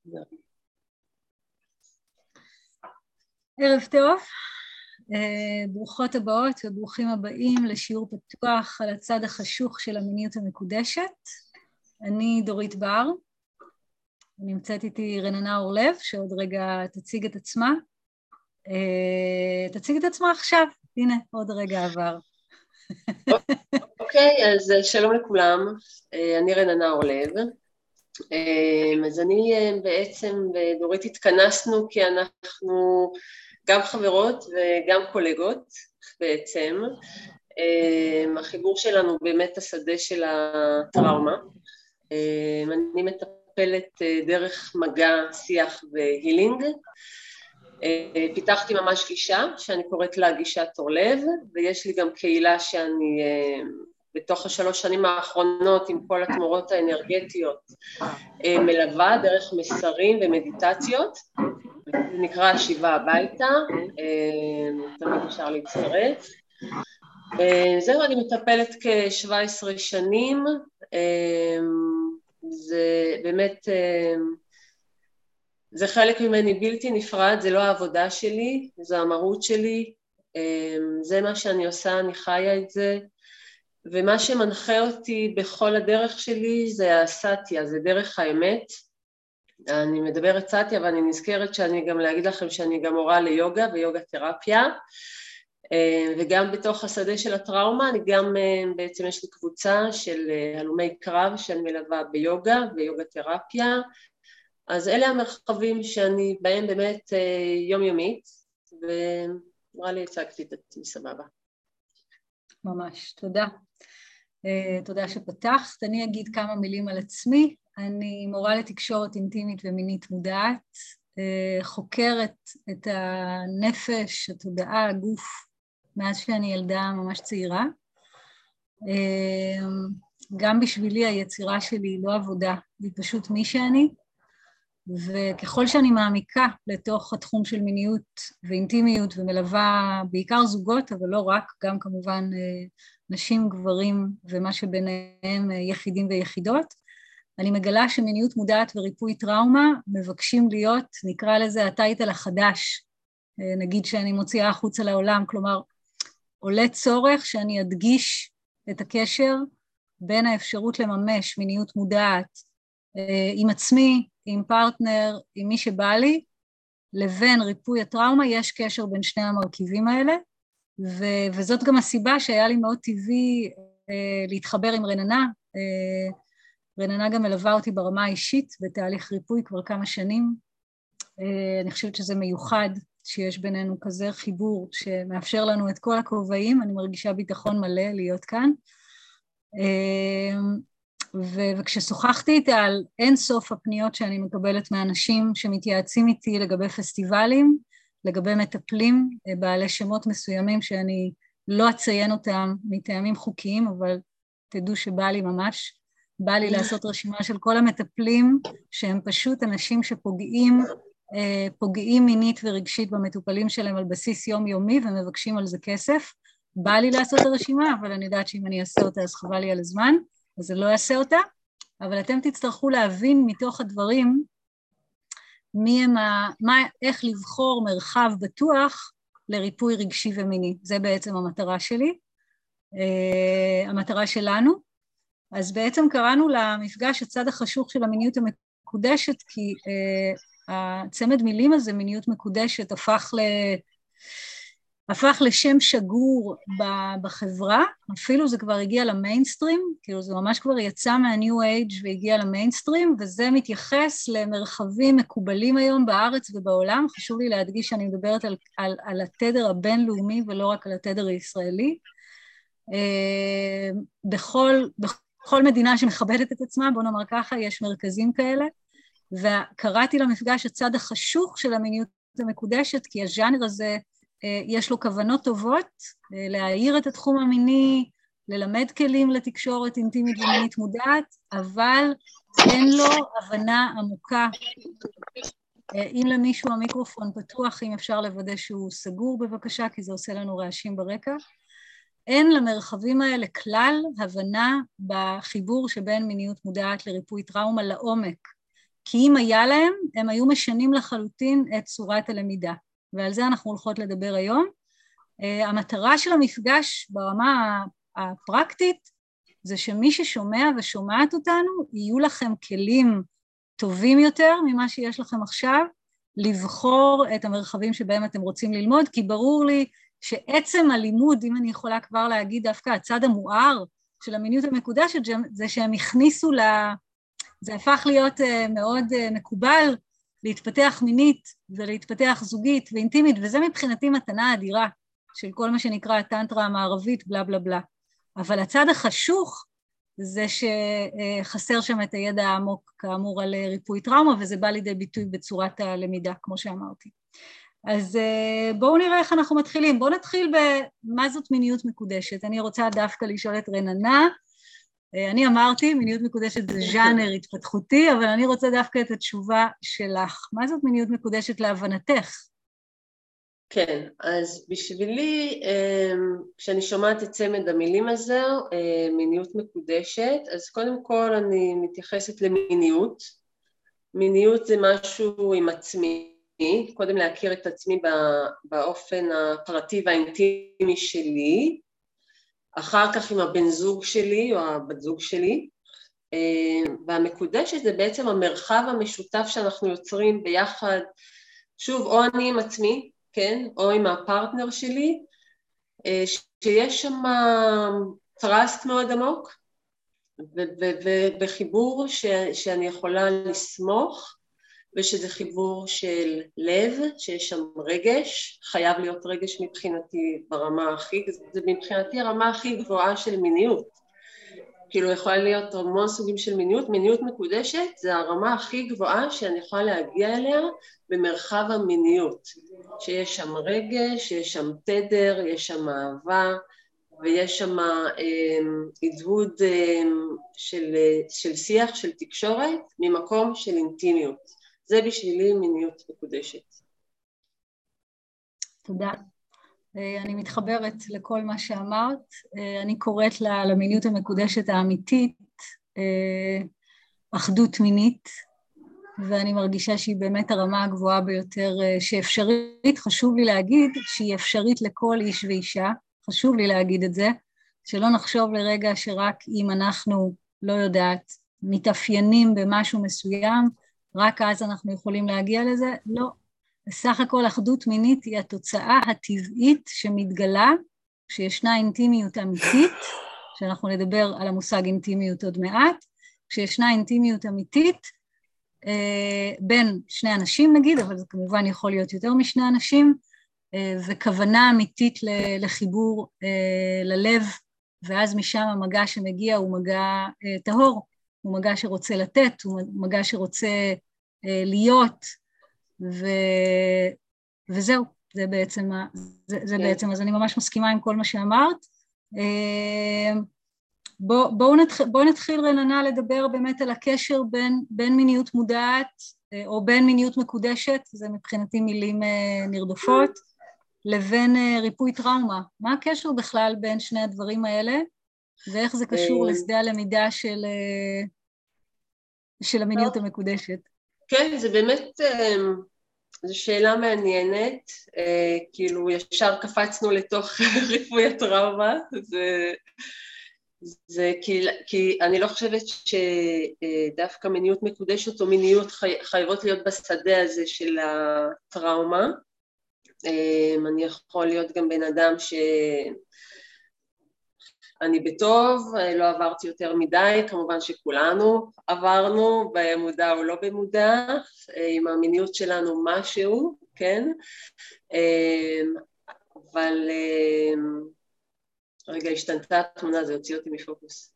ערב טוב, ברוכות הבאות וברוכים הבאים לשיעור פתוח על הצד החשוך של המיניות המקודשת. אני דורית בר, נמצאת איתי רננה אורלב, שעוד רגע תציג את עצמה. תציג את עצמה עכשיו, הנה, עוד רגע עבר. אוקיי, אז שלום לכולם, אני רננה אורלב. אז אני בעצם ודורית התכנסנו כי אנחנו גם חברות וגם קולגות בעצם. החיבור שלנו באמת השדה של הטראומה. אני מטפלת דרך מגע, שיח והילינג. פיתחתי ממש גישה שאני קוראת לה גישת אורלב, ויש לי גם קהילה שאני בתוך 3 שנים האחרונות עם כל התמורות האנרגטיות מלווה דרך מסרים ומדיטציות. זה נקרא השיבה הביתה, תמיד אפשר להצטרף. זהו, אני מטפלת כ-17 שנים, זה באמת, זה חלק ממני בלתי נפרד, זה לא העבודה שלי, זה המהות שלי, זה מה שאני עושה, אני חיה את זה, ומה שמנחה אותי בכל הדרך שלי זה הסאטיה, זה דרך האמת. אני מדברת סאטיה ואני נזכרת שאני גם להגיד לכם שאני גם מורה ליוגה ויוגה תרפיה, וגם בתוך השדה של הטראומה, אני גם בעצם יש לי קבוצה של הלומי קרב שאני מלווה ביוגה ויוגה תרפיה, אז אלה המרחבים שאני בהם באמת יומיומית, ונראה לי הצגתי את עצמי סבבה. ממש, תודה. תודה שפתחת. אני אגיד כמה מילים על עצמי. אני מורה לתקשורת אינטימית ומינית מודעת, חוקרת את הנפש, התודעה, הגוף, מאז שאני ילדה ממש צעירה. גם בשבילי היצירה שלי היא לא עבודה, היא פשוט מי שאני, וככל שאני מעמיקה לתוך התחום של מיניות ואינטימיות ומלווה בעיקר זוגות, אבל לא רק, גם כמובן נשים, גברים ומה שביניהם יחידים ויחידות, אני מגלה שמיניות מודעת וריפוי טראומה מבקשים להיות, נקרא לזה הטייטל החדש, נגיד שאני מוציאה החוצה לעולם, כלומר עולה צורך שאני אדגיש את הקשר בין האפשרות לממש מיניות מודעת עם עצמי, עם פרטנר, עם מי שבא לי, לבין ריפוי הטראומה. יש קשר בין שני המרכיבים האלה, וזאת גם הסיבה שהיה לי מאוד טבעי להתחבר עם רננה. רננה גם מלווה אותי ברמה האישית בתהליך ריפוי כבר כמה שנים. אני חושבת שזה מיוחד שיש בינינו כזה חיבור שמאפשר לנו את כל הכובעים. אני מרגישה ביטחון מלא להיות כאן. וכששוחחתי איתה על אין סוף הפניות שאני מקבלת מאנשים שמתייעצים איתי לגבי פסטיבלים, לגבי מטפלים בעלי שמות מסוימים שאני לא אציין אותם מטעמים חוקיים, אבל תדעו שבא לי ממש, בא לי לעשות רשימה של כל המטפלים שהם פשוט אנשים שפוגעים מינית ורגשית במטופלים שלהם על בסיס יומיומי ומבקשים על זה כסף. בא לי לעשות הרשימה, אבל אני יודעת שאם אני אעשה אותה אז חבל לי על הזמן, אז אני לא אעשה אותה, אבל אתם תצטרכו להבין מתוך הדברים איך לבחור מרחב בטוח לריפוי רגשי ומיני. זה בעצם המטרה שלי, המטרה שלנו. אז בעצם קראנו למפגש הצד החשוך של המיניות המקודשת, כי הצמד מילים הזה, מיניות מקודשת, הפך לשם שגור בחברה, אפילו זה כבר הגיע למיינסטרים, כאילו זה ממש כבר יצא מהניו אייג' והגיע למיינסטרים, וזה מתייחס למרחבים מקובלים היום בארץ ובעולם. חשוב לי להדגיש שאני מדברת על התדר הבינלאומי ולא רק על התדר הישראלי. בכל מדינה שמכבדת את עצמה, בוא נאמר ככה, יש מרכזים כאלה, וקראתי למפגש הצד החשוך של המיניות המקודשת, כי הז'אנר הזה יש לו כוונות טובות, להעיר את התחום המיני, ללמד כלים לתקשורת אינטימית ומינית מודעת, אבל אין לו הבנה עמוקה. אם למישהו המיקרופון פתוח, אם אפשר לוודא שהוא סגור בבקשה, כי זה עושה לנו רעשים ברקע. אין למרחבים האלה כלל הבנה בחיבור שבין מיניות מודעת לריפוי טראומה לעומק, כי אם היה להם, הם היו משנים לחלוטין את צורת הלמידה, ועל זה אנחנו הולכות לדבר היום. המטרה של המפגש ברמה הפרקטית, זה שמי ששומע ושומעת אותנו, יהיו לכם כלים טובים יותר ממה שיש לכם עכשיו, לבחור את המרחבים שבהם אתם רוצים ללמוד, כי ברור לי שעצם הלימוד, אם אני יכולה כבר להגיד דווקא הצד המואר של המיניות המקודשת, זה שהם הכניסו זה הפך להיות מאוד מקובל להתפתח מינית ולהתפתח זוגית ואינטימית, וזה מבחינתי מתנה אדירה של כל מה שנקרא הטנטרה המערבית, בלה בלה בלה. אבל הצד החשוך זה שחסר שם את הידע העמוק כאמור על ריפוי טראומה, וזה בא לידי ביטוי בצורת הלמידה, כמו שאמרתי. אז בואו נראה איך אנחנו מתחילים. בואו נתחיל במה זאת מיניות מקודשת. אני רוצה דווקא לשאול את רננה. אני אמרתי, מיניות מקודשת זה ז'אנר התפתחותי, אבל אני רוצה דווקא את התשובה שלך. מה זאת מיניות מקודשת להבנתך? כן, אז בשבילי, כשאני שומעת את צמד המילים הזה, מיניות מקודשת, אז קודם כל אני מתייחסת למיניות. מיניות זה משהו עם עצמי, קודם להכיר את עצמי באופן הפרטי והאינטימי שלי, אחר כך עם הבן זוג שלי או הבת זוג שלי, והמקודשת זה בעצם המרחב המשותף שאנחנו יוצרים ביחד, שוב, או אני עם עצמי, כן, או עם הפרטנר שלי, שיש שם טראסט מאוד עמוק, ובחיבור שאני יכולה לסמוך, ושזה חיבור של לב, שיש שם רגש, חייב להיות רגש מבחינתי ברמה זה מבחינתי הרמה הכי גבוהה של מיניות. כאילו יכולה להיות המון סוגים של מיניות, מיניות מקודשת זה הרמה הכי גבוהה שאני יכולה להגיע אליה במרחב המיניות, שיש שם רגש, יש שם תדר, יש שם אהבה, ויש שם הדהוד של שיח, של תקשורת, ממקום של אינטימיות. זה בשבילי מיניות מקודשת. תודה. אני מתחברת לכל מה שאמרת. אני קוראת למיניות המקודשת האמיתית, אחדות מינית, ואני מרגישה שהיא באמת הרמה הגבוהה ביותר שאפשרית. חשוב לי להגיד שהיא אפשרית לכל איש ואישה, חשוב לי להגיד את זה, שלא נחשוב לרגע שרק אם אנחנו, לא יודעת, מתאפיינים במשהו מסוים, רק אז אנחנו יכולים להגיע לזה. לא. בסך הכל אחדות מינית היא התוצאה הטבעית שמתגלה כשישנה אינטימיות אמיתית, שאנחנו נדבר על המושג אינטימיות עוד מעט, כשישנה אינטימיות אמיתית בין שני אנשים נגיד, אבל זה כמובן יכול להיות יותר משני אנשים, וכוונה אמיתית לחיבור ללב, ואז משם המגע שמגיע הוא מגע טהור, הוא מגע שרוצה לתת, הוא מגע שרוצה להיות, וזהו, זה בעצם, אז אני ממש מסכימה עם כל מה שאמרת. בואו נתחיל רננה לדבר באמת על הקשר בין מיניות מודעת, או בין מיניות מקודשת, זה מבחינתי מילים נרדפות, לבין ריפוי טראומה. מה הקשר בכלל בין שני הדברים האלה, ואיך זה קשור לשדה הלמידה של המיניות המקודשת? כן, זה באמת, זו שאלה מעניינת, כאילו ישר קפצנו לתוך ריפוי הטראומה, זה כי אני לא חושבת שדווקא מיניות מקודשת או מיניות חייבות להיות בשדה הזה של הטראומה. אני יכול להיות גם בן אדם שאני בטוב, לא עברתי יותר מדי, כמובן שכולנו עברנו, במודע או לא במודע, עם המיניות שלנו משהו, כן? אבל רגע, השתנתה התמונה, זה הוציא אותי מפוקוס.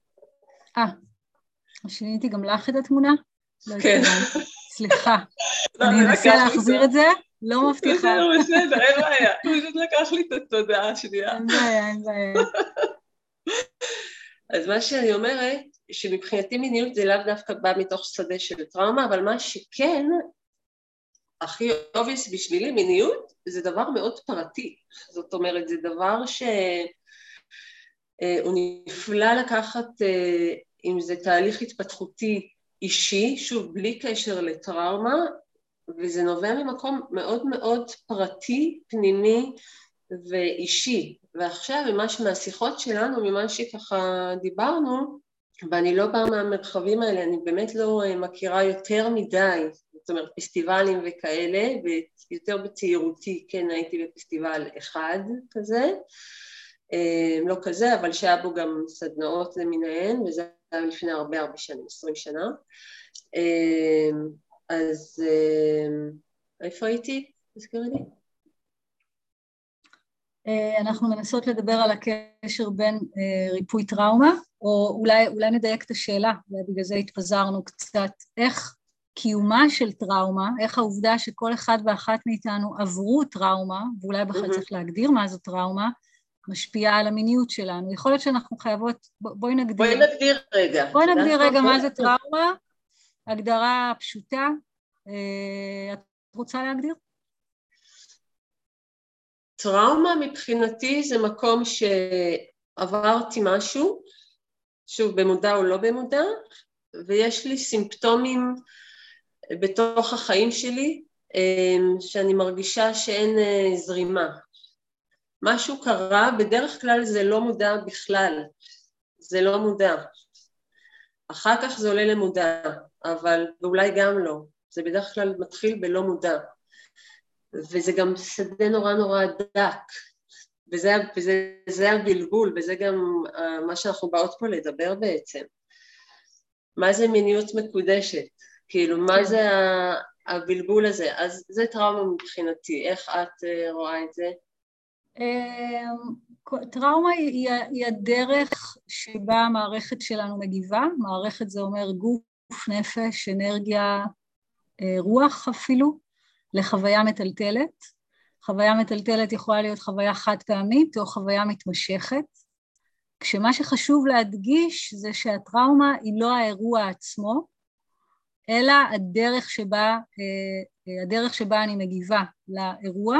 שיניתי גם לך את התמונה? כן. סליחה, אני אנסה להחזיר את זה, לא מבטיחה. בסדר, אין בעיה, פשוט לקח לי את התודעה שנייה. אין בעיה. אז מה שאני אומרת, שמבחינתי מיניות זה לאו דווקא בא מתוך שדה של טראומה, אבל מה שכן, הכי obvious בשבילי, מיניות זה דבר מאוד פרטי. זאת אומרת, זה דבר שהוא נפלא לקחת, אם זה תהליך התפתחותי אישי, שוב, בלי קשר לטראומה, וזה נובע ממקום מאוד מאוד פרטי, פנימי ואישי. ועכשיו, מהשיחות שלנו, ממה שככה דיברנו, ואני לא באה מהמרחבים האלה, אני באמת לא מכירה יותר מדי, זאת אומרת, פסטיבלים וכאלה, ויותר בצעירותי, כן, הייתי בפסטיבל אחד כזה, לא כזה, אבל שהיה בו גם סדנאות למיניהן, וזה היה לפני הרבה שנים, 20 שנה. אז איפה הייתי? תזכירי לי. אנחנו מנסות לדבר על הקשר בין ריפוי טראומה, או אולי נדייק את השאלה, ובגלל זה התפזרנו קצת, איך קיומה של טראומה, איך העובדה שכל אחד ואחת מאיתנו עברו טראומה, ואולי בכלל צריך להגדיר מה זו טראומה, משפיעה על המיניות שלנו. יכול להיות שאנחנו חייבות, בואי נגדיר. בואי נגדיר רגע. בואי נגדיר רגע מה זה טראומה, הגדרה פשוטה. את רוצה להגדיר? טראומה מבחינתי זה מקום שעברתי משהו, שוב במודע או לא במודע, ויש לי סימפטומים בתוך החיים שלי, שאני מרגישה שאין זרימה. משהו קרה, בדרך כלל זה לא מודע בכלל, זה לא מודע. אחר כך זה עולה למודע, אבל ואולי גם לא, זה בדרך כלל מתחיל בלא מודע. וזה גם שדה נורא נורא דק, וזה הבלבול, וזה גם מה שאנחנו באות פה לדבר בעצם. מה זה מיניות מקודשת? כאילו, מה זה הבלבול הזה? אז זה טראומה מבחינתי, איך את רואה את זה? טראומה היא הדרך שבה המערכת שלנו מגיבה, מערכת זה אומר גוף, נפש, אנרגיה, רוח אפילו, לחוויה מטלטלת. חוויה מטלטלת יכולה להיות חוויה חד פעמית או חוויה מתמשכת, כשמה שחשוב להדגיש זה שהטראומה היא לא האירוע עצמו, אלא הדרך שבה אני מגיבה לאירוע.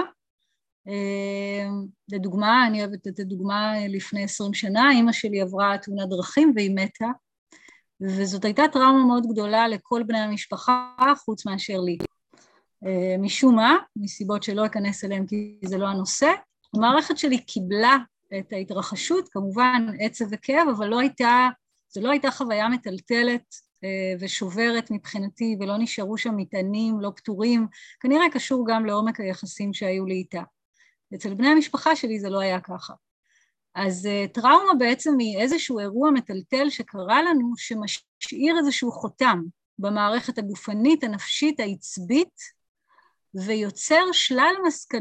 לדוגמה, אני אוהבת את הדוגמה לפני 20 שנה, אמא שלי עברה תאונת דרכים והיא מתה, וזאת הייתה טראומה מאוד גדולה לכל בני המשפחה, חוץ מאשר לי. משום מה, מסיבות שלא אכנס אליהם כי זה לא הנושא, המערכת שלי קיבלה את ההתרחשות, כמובן עצב וכאב, אבל זו לא הייתה חוויה מטלטלת ושוברת מבחינתי, ולא נשארו שם מטענים, לא פתורים, כנראה קשור גם לעומק היחסים שהיו לי איתה. אצל בני המשפחה שלי זה לא היה ככה. אז טראומה בעצם היא איזשהו אירוע מטלטל שקרה לנו, שמשאיר איזשהו חותם במערכת הגופנית, הנפשית, העצבית, ויוצר שלל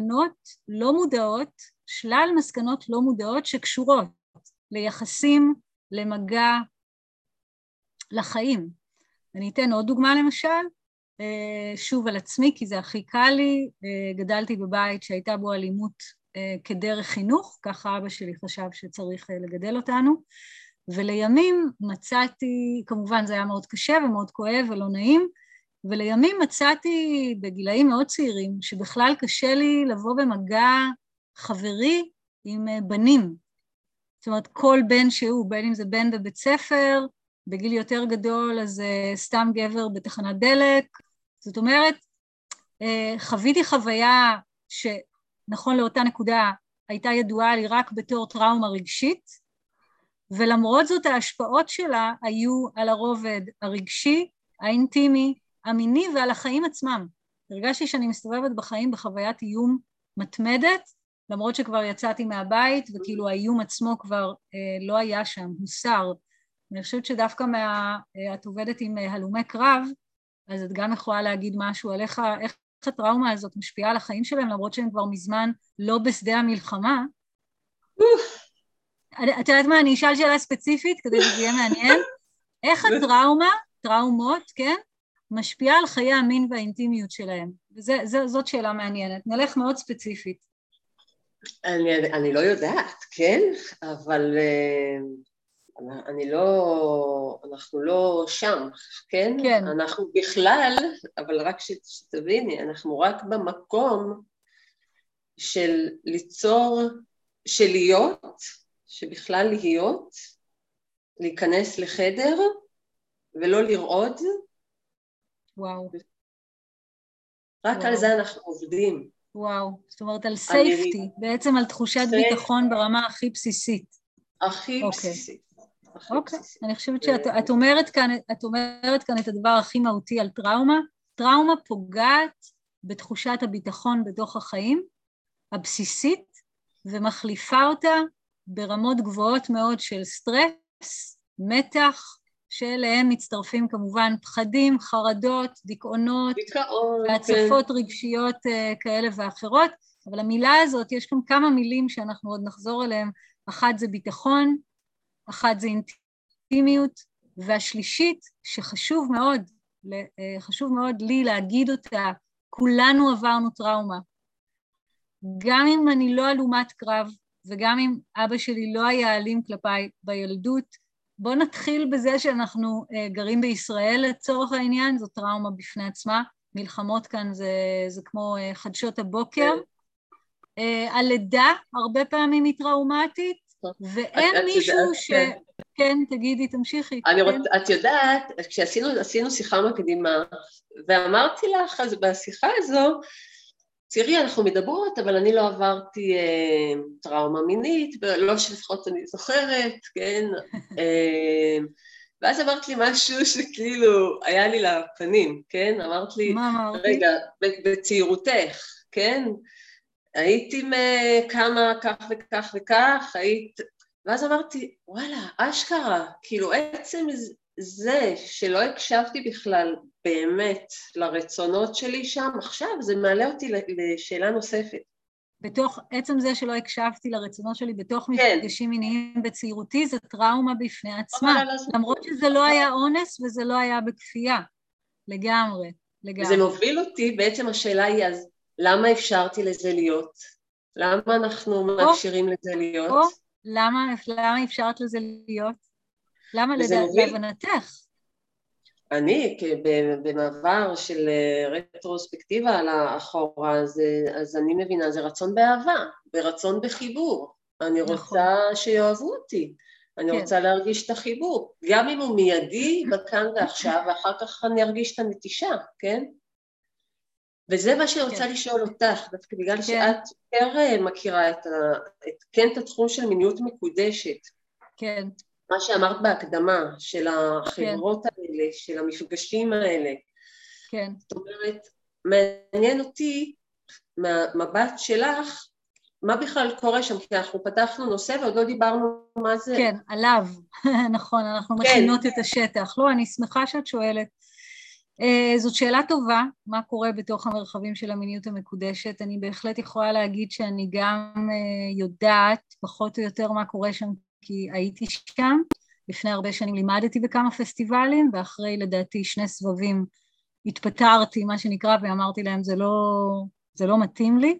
מסקנות לא מודעות שקשורות ליחסים, למגע, לחיים. אני אתן עוד דוגמה למשל, שוב על עצמי, כי זה הכי קל לי, גדלתי בבית שהייתה בו אלימות כדרך חינוך, ככה אבא שלי חשב שצריך לגדל אותנו, ולימים מצאתי, כמובן זה היה מאוד קשה ומאוד כואב ולא נעים, ולימים מצאתי בגילאים מאוד צעירים, שבכלל קשה לי לבוא במגע חברי עם בנים. זאת אומרת, כל בן שהוא, בין אם זה בן בבית ספר, בגיל יותר גדול, אז סתם גבר בתחנת דלק. זאת אומרת, חוויתי חוויה שנכון לאותה נקודה הייתה ידועה לי רק בתור טראומה רגשית, ולמרות זאת ההשפעות שלה היו על הרובד הרגשי, האינטימי, המיני ועל החיים עצמם. הרגשתי שאני מסתובבת בחיים בחוויית איום מתמדת, למרות שכבר יצאתי מהבית, וכאילו האיום עצמו כבר לא היה שם, הוסר. אני חושבת שדווקא את עובדת עם הלומי קרב, אז את גם יכולה להגיד משהו על איך הטראומה הזאת משפיעה על החיים שלהם, למרות שהם כבר מזמן לא בשדה המלחמה. את יודעת מה, אני אשאל שאלה ספציפית, כדי שזה יהיה מעניין. איך טראומות, כן, משפיעה על חיי המין והאינטימיות שלהם? זאת שאלה מעניינת. נלך מאוד ספציפית. אני לא יודעת, כן? אבל אנחנו לא שם, כן? כן. אנחנו בכלל, אבל רק שתביני, אנחנו רק במקום של ליצור, של להיות, שבכלל להיות, להיכנס לחדר ולא לרעוד, וואו. רק על זה אנחנו עובדים. וואו, זאת אומרת על סייפטי, בעצם על תחושת ביטחון ברמה הכי בסיסית. הכי בסיסית. אוקיי, אני חושבת שאת אומרת כאן את הדבר הכי מהותי על טראומה. טראומה פוגעת בתחושת הביטחון בתוך החיים, הבסיסית, ומחליפה אותה ברמות גבוהות מאוד של סטרס, מתח, שאליהם מצטרפים כמובן פחדים, חרדות, דיכאונות, והצפות רגשיות כאלה ואחרות, אבל המילה הזאת, יש כאן כמה מילים שאנחנו עוד נחזור אליהם, אחת זה ביטחון, אחת זה אינטימיות, והשלישית שחשוב מאוד לי להגיד אותה, כולנו עברנו טראומה. גם אם אני לא אלומת קרב, וגם אם אבא שלי לא היה אלים כלפיי בילדות, בואו נתחיל בזה שאנחנו גרים בישראל לצורך העניין, זו טראומה בפני עצמה, מלחמות כאן זה כמו חדשות הבוקר. הלידה הרבה פעמים היא טראומטית, ואין מישהו כן, תגידי, תמשיכי. את יודעת, כשעשינו שיחה מקדימה, ואמרתי לך, אז בשיחה הזו, תראי, אנחנו מדברות, אבל אני לא עברתי טראומה מינית, לא שלפחות אני זוכרת, כן? ואז אמרת לי משהו שכאילו היה לי לפנים, כן? אמרת לי, מה אמרתי? רגע, בצעירותך, כן? הייתי כמה כך וכך וכך, ואז אמרתי, וואלה, אשכרה, כאילו עצם זה שלא הקשבתי בכלל באמת לרצונות שלי שם, עכשיו זה מעלה אותי לשאלה נוספת. בתוך עצם זה שלא הקשבתי לרצונות שלי, בתוך מפגשים מיניים בצעירותי, זה טראומה בפני עצמה, למרות שזה לא היה אונס וזה לא היה בכפייה, לגמרי. וזה מוביל אותי, בעצם השאלה היא אז, למה אפשרתי לזה להיות? למה אנחנו מאפשרים לזה להיות? למה אפשרת לזה להיות? למה להבנתך? אני, במעבר של רטרוספקטיבה לאחורה, אז אני מבינה, זה רצון באהבה, ברצון בחיבור. אני רוצה שיאהבו אותי, אני רוצה להרגיש את החיבור, גם אם הוא מיידי בכאן ועכשיו, ואחר כך אני ארגיש את הנטישה, כן? וזה מה שאני רוצה לשאול אותך, דווקא בגלל שאת יותר מכירה את התחום של מיניות מקודשת. כן. מה שאמרת בהקדמה, של החברות האלה, של המפגשים האלה. כן. זאת אומרת, מעניין אותי, מהמבט שלך, מה בכלל קורה שם, כי אנחנו פתחנו נושא ועוד לא דיברנו מה זה. כן, עליו, נכון, אנחנו מכינות את השטח. לא, אני שמחה שאת שואלת. זאת שאלה טובה, מה קורה בתוך המרחבים של המיניות המקודשת. אני בהחלט יכולה להגיד שאני גם יודעת פחות או יותר מה קורה שם, כי הייתי שם. לפני הרבה שנים לימדתי בכמה פסטיבלים, ואחרי לדעתי 2 סבבים התפטרתי, מה שנקרא, ואמרתי להם, זה לא מתאים לי,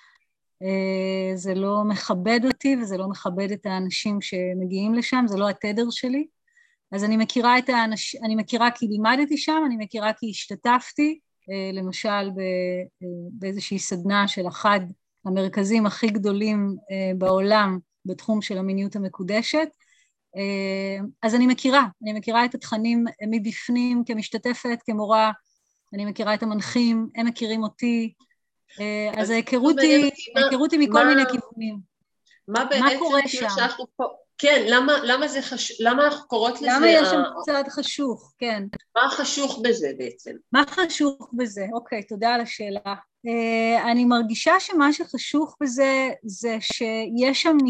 זה לא מכבד אותי, וזה לא מכבד את האנשים שמגיעים לשם, זה לא התדר שלי. אז אני מכירה אני מכירה כי לימדתי שם, אני מכירה כי השתתפתי, למשל באיזושהי סדנה של אחד המרכזים הכי גדולים בעולם, בתחום של המיניות המקודשת, אז אני מכירה את התכנים מבפנים כמשתתפת, כמורה, אני מכירה את המנחים, הם מכירים אותי, אז ההיכרות היא מכל מיני כיוונים. מה קורה שם? כן, למה אנחנו קוראות לזה? למה יש שם קצת חשוך, כן. מה חשוך בזה בעצם? מה חשוך בזה? אוקיי, תודה על השאלה. אני מרגישה שמה שחשוך בזה זה שיש שם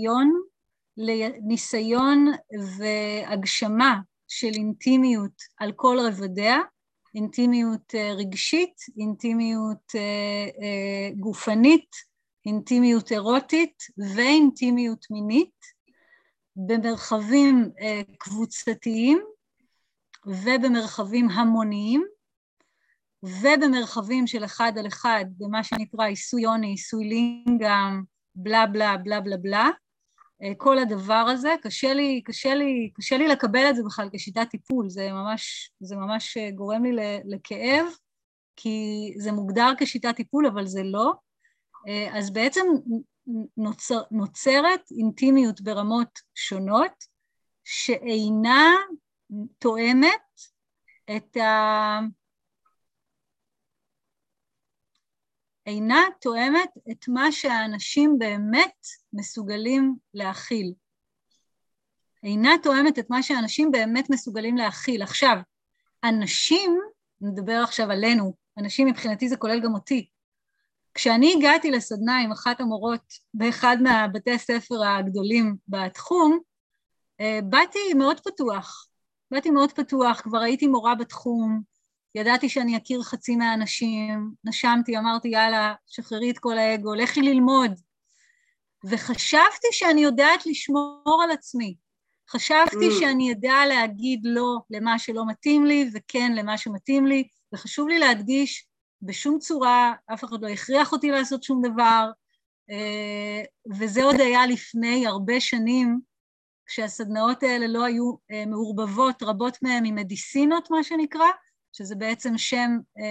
ניסיון והגשמה של אינטימיות על כל רבדיה, אינטימיות רגשית, אינטימיות גופנית, אינטימיות אירוטית ואינטימיות מינית, במרחבים קבוצתיים ובמרחבים המוניים, ובמרחבים של אחד על אחד, במה שנקרא עיסוי יוני, עיסוי לינגאם, בלה בלה בלה בלה בלה, כל הדבר הזה, קשה לי לקבל את זה בכלל כשיטת טיפול, זה ממש גורם לי לכאב, כי זה מוגדר כשיטת טיפול, אבל זה לא. אז בעצם נוצרת אינטימיות ברמות שונות, שאינה תואמת אינה תואמת את מה שהאנשים באמת מסוגלים להכיל. אינה תואמת את מה שאנשים באמת מסוגלים להכיל. עכשיו, אנשים, נדבר עכשיו עלינו, אנשים מבחינתי זה כולל גם אותי. כשאני הגעתי לסדנה עם אחת המורות באחד מהבתי ספר הגדולים בתחום, באתי מאוד פתוח, כבר הייתי מורה בתחום, ידעתי שאני אכיר חצי מהאנשים, נשמתי, אמרתי יאללה, שחררי את כל האגו, לכי ללמוד. וחשבתי שאני יודעת לשמור על עצמי. חשבתי שאני ידע להגיד לא למה שלא מתאים לי, וכן למה שמתאים לי, וחשוב לי להדגיש, בשום צורה, אף אחד לא הכריח אותי לעשות שום דבר, וזה עוד היה לפני הרבה שנים, כשהסדנאות האלה לא היו מעורבבות, רבות מהן עם מדיסינות, מה שנקרא, שזה בעצם שם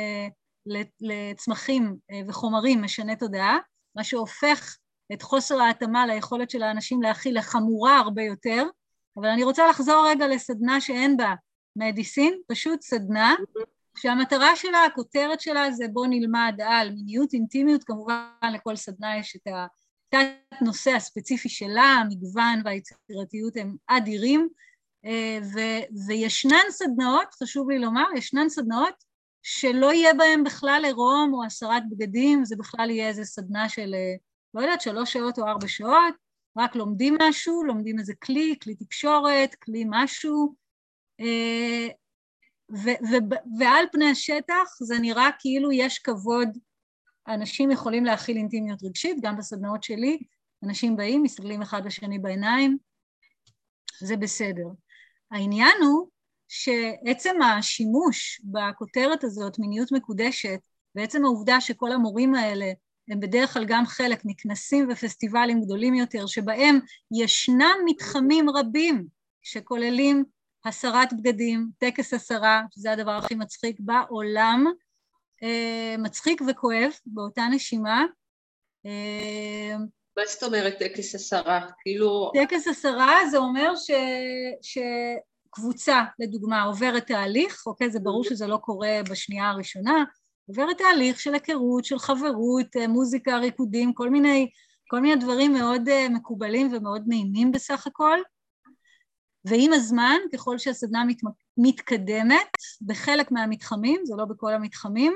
לצמחים וחומרים משנה תודעה, מה שהופך את חוסר ההתאמה ליכולת של האנשים להכיל לחמורה הרבה יותר, אבל אני רוצה לחזור רגע לסדנה שאין בה מדיסין, פשוט סדנה, שהמטרה שלה, הכותרת שלה זה בוא נלמד על מיניות, אינטימיות, כמובן לכל סדנה יש את התת נושא הספציפי שלה, המגוון והיצירתיות הם אדירים, וישנן סדנאות, חשוב לי לומר, ישנן סדנאות שלא יהיה בהם בכלל עירום או הסרת בגדים, זה בכלל יהיה איזה סדנה של, לא יודעת, 3 שעות או 4 שעות, רק לומדים משהו, לומדים איזה כלי תקשורת, כלי משהו, ועל פני השטח זה נראה כאילו יש כבוד, אנשים יכולים להכיל אינטימיות רגשית, גם בסדנאות שלי, אנשים באים, מסתכלים אחד לשני בעיניים, זה בסדר. העניין הוא שעצם השימוש בכותרת הזאת, מיניות מקודשת, בעצם העובדה שכל המורים האלה הם בדרך כלל גם חלק מכנסים ופסטיבלים גדולים יותר, שבהם ישנם מתחמים רבים שכוללים הסרת בגדים, טקס הסרה, שזה הדבר הכי מצחיק בעולם, מצחיק וכואב באותה נשימה. מה זאת אומרת טקס הסרה? כאילו... טקס הסרה זה אומר שקבוצה, לדוגמה, עוברת תהליך, אוקיי, זה ברור שזה לא קורה בשנייה הראשונה, עוברת תהליך של היכרות, של חברות, מוזיקה, ריקודים, כל מיני דברים מאוד מקובלים ומאוד נעימים בסך הכל, ועם הזמן, ככל שהסדנה מתקדמת, בחלק מהמתחמים, זה לא בכל המתחמים,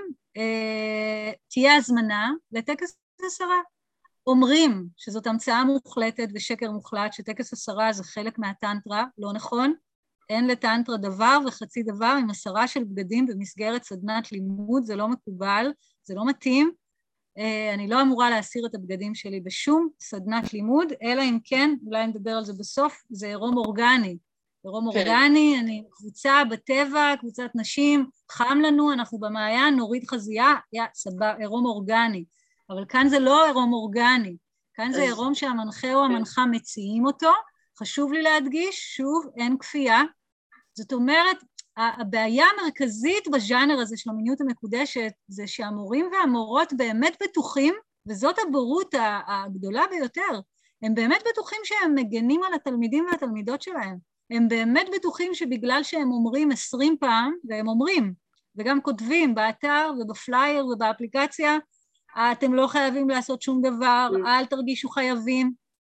תהיה הזמנה לטקס הסרה. אומרים שזאת המצאה מוחלטת ושקר מוחלט, שטקס הסרה זה חלק מהטנטרה, לא נכון, אין לטנטרה דבר וחצי דבר עם הסרה של בגדים במסגרת סדנת לימוד, זה לא מקובל, זה לא מתאים, אני לא אמורה להסיר את הבגדים שלי בשום סדנת לימוד, אלא אם כן, אולי נדבר על זה בסוף, זה עירום אורגני. עירום אורגני, אני קבוצה בטבע, קבוצת נשים, חם לנו, אנחנו במעיין, נוריד חזייה, סבבה, עירום אורגני. אבל כאן זה לא עירום אורגני, כאן זה עירום שהמנחה או המנחה מציעים אותו, חשוב לי להדגיש, שוב, אין כפייה. זאת אומרת, הבעיה המרכזית בז'אנר הזה של המיניות המקודשת, זה שהמורים והמורות באמת בטוחים, וזאת הבורות הגדולה ביותר, הם באמת בטוחים שהם מגנים על התלמידים והתלמידות שלהם, הם באמת בטוחים שבגלל שהם אומרים 20 פעם, והם אומרים, וגם כותבים באתר ובפלייר ובאפליקציה, אתם לא חייבים לעשות שום דבר, אל תרגישו חייבים,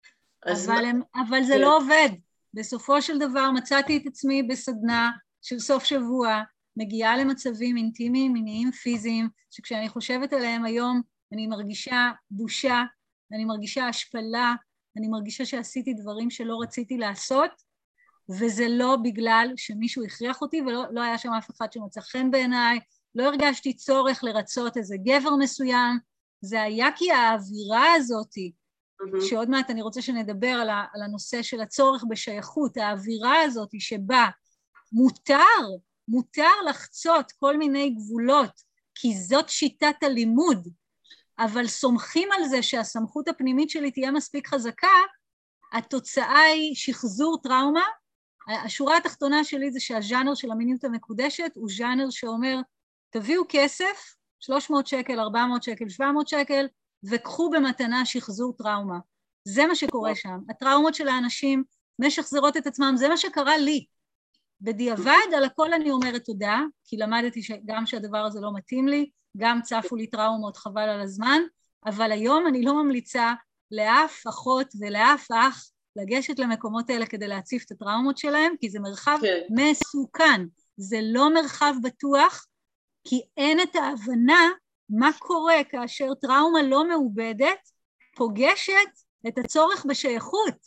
אבל זה לא עובד. בסופו של דבר מצאתי את עצמי בסדנה של סוף שבוע, מגיעה למצבים אינטימיים, מיניים, פיזיים, שכשאני חושבת עליהם היום, אני מרגישה בושה, אני מרגישה השפלה, אני מרגישה שעשיתי דברים שלא רציתי לעשות, וזה לא בגלל שמישהו הכריח אותי, ולא היה שם אף אחד שמצא חן בעיניי, לא הרגשתי צורך לרצות איזה גבר מסוים, זה היה כי האווירה הזאת, שעוד מעט אני רוצה שנדבר על הנושא של הצורך בשייכות, האווירה הזאת שבה מותר לחצות כל מיני גבולות, כי זאת שיטת הלימוד, אבל סומכים על זה שהסמכות הפנימית שלי תהיה מספיק חזקה, התוצאה היא שחזור טראומה. השורה התחתונה שלי זה שהז'אנר של המיניות המקודשת הוא ז'אנר שאומר, תביאו כסף, 300 שקל, 400 שקל, 700 שקל, וקחו במתנה שחזור טראומה. זה מה שקורה שם. הטראומות של האנשים משחזרות את עצמם, זה מה שקרה לי. בדיעבד, על הכל אני אומרת תודה, כי למדתי גם שהדבר הזה לא מתאים לי, גם צפו לי טראומות חבל על הזמן, אבל היום אני לא ממליצה לאף אחות ולאף אח לגשת למקומות האלה כדי להציף את הטראומות שלהם, כי זה מרחב מסוכן, זה לא מרחב בטוח, כי אין את ההבנה מה קורה כאשר טראומה לא מעובדת פוגשת את הצורך בשייכות.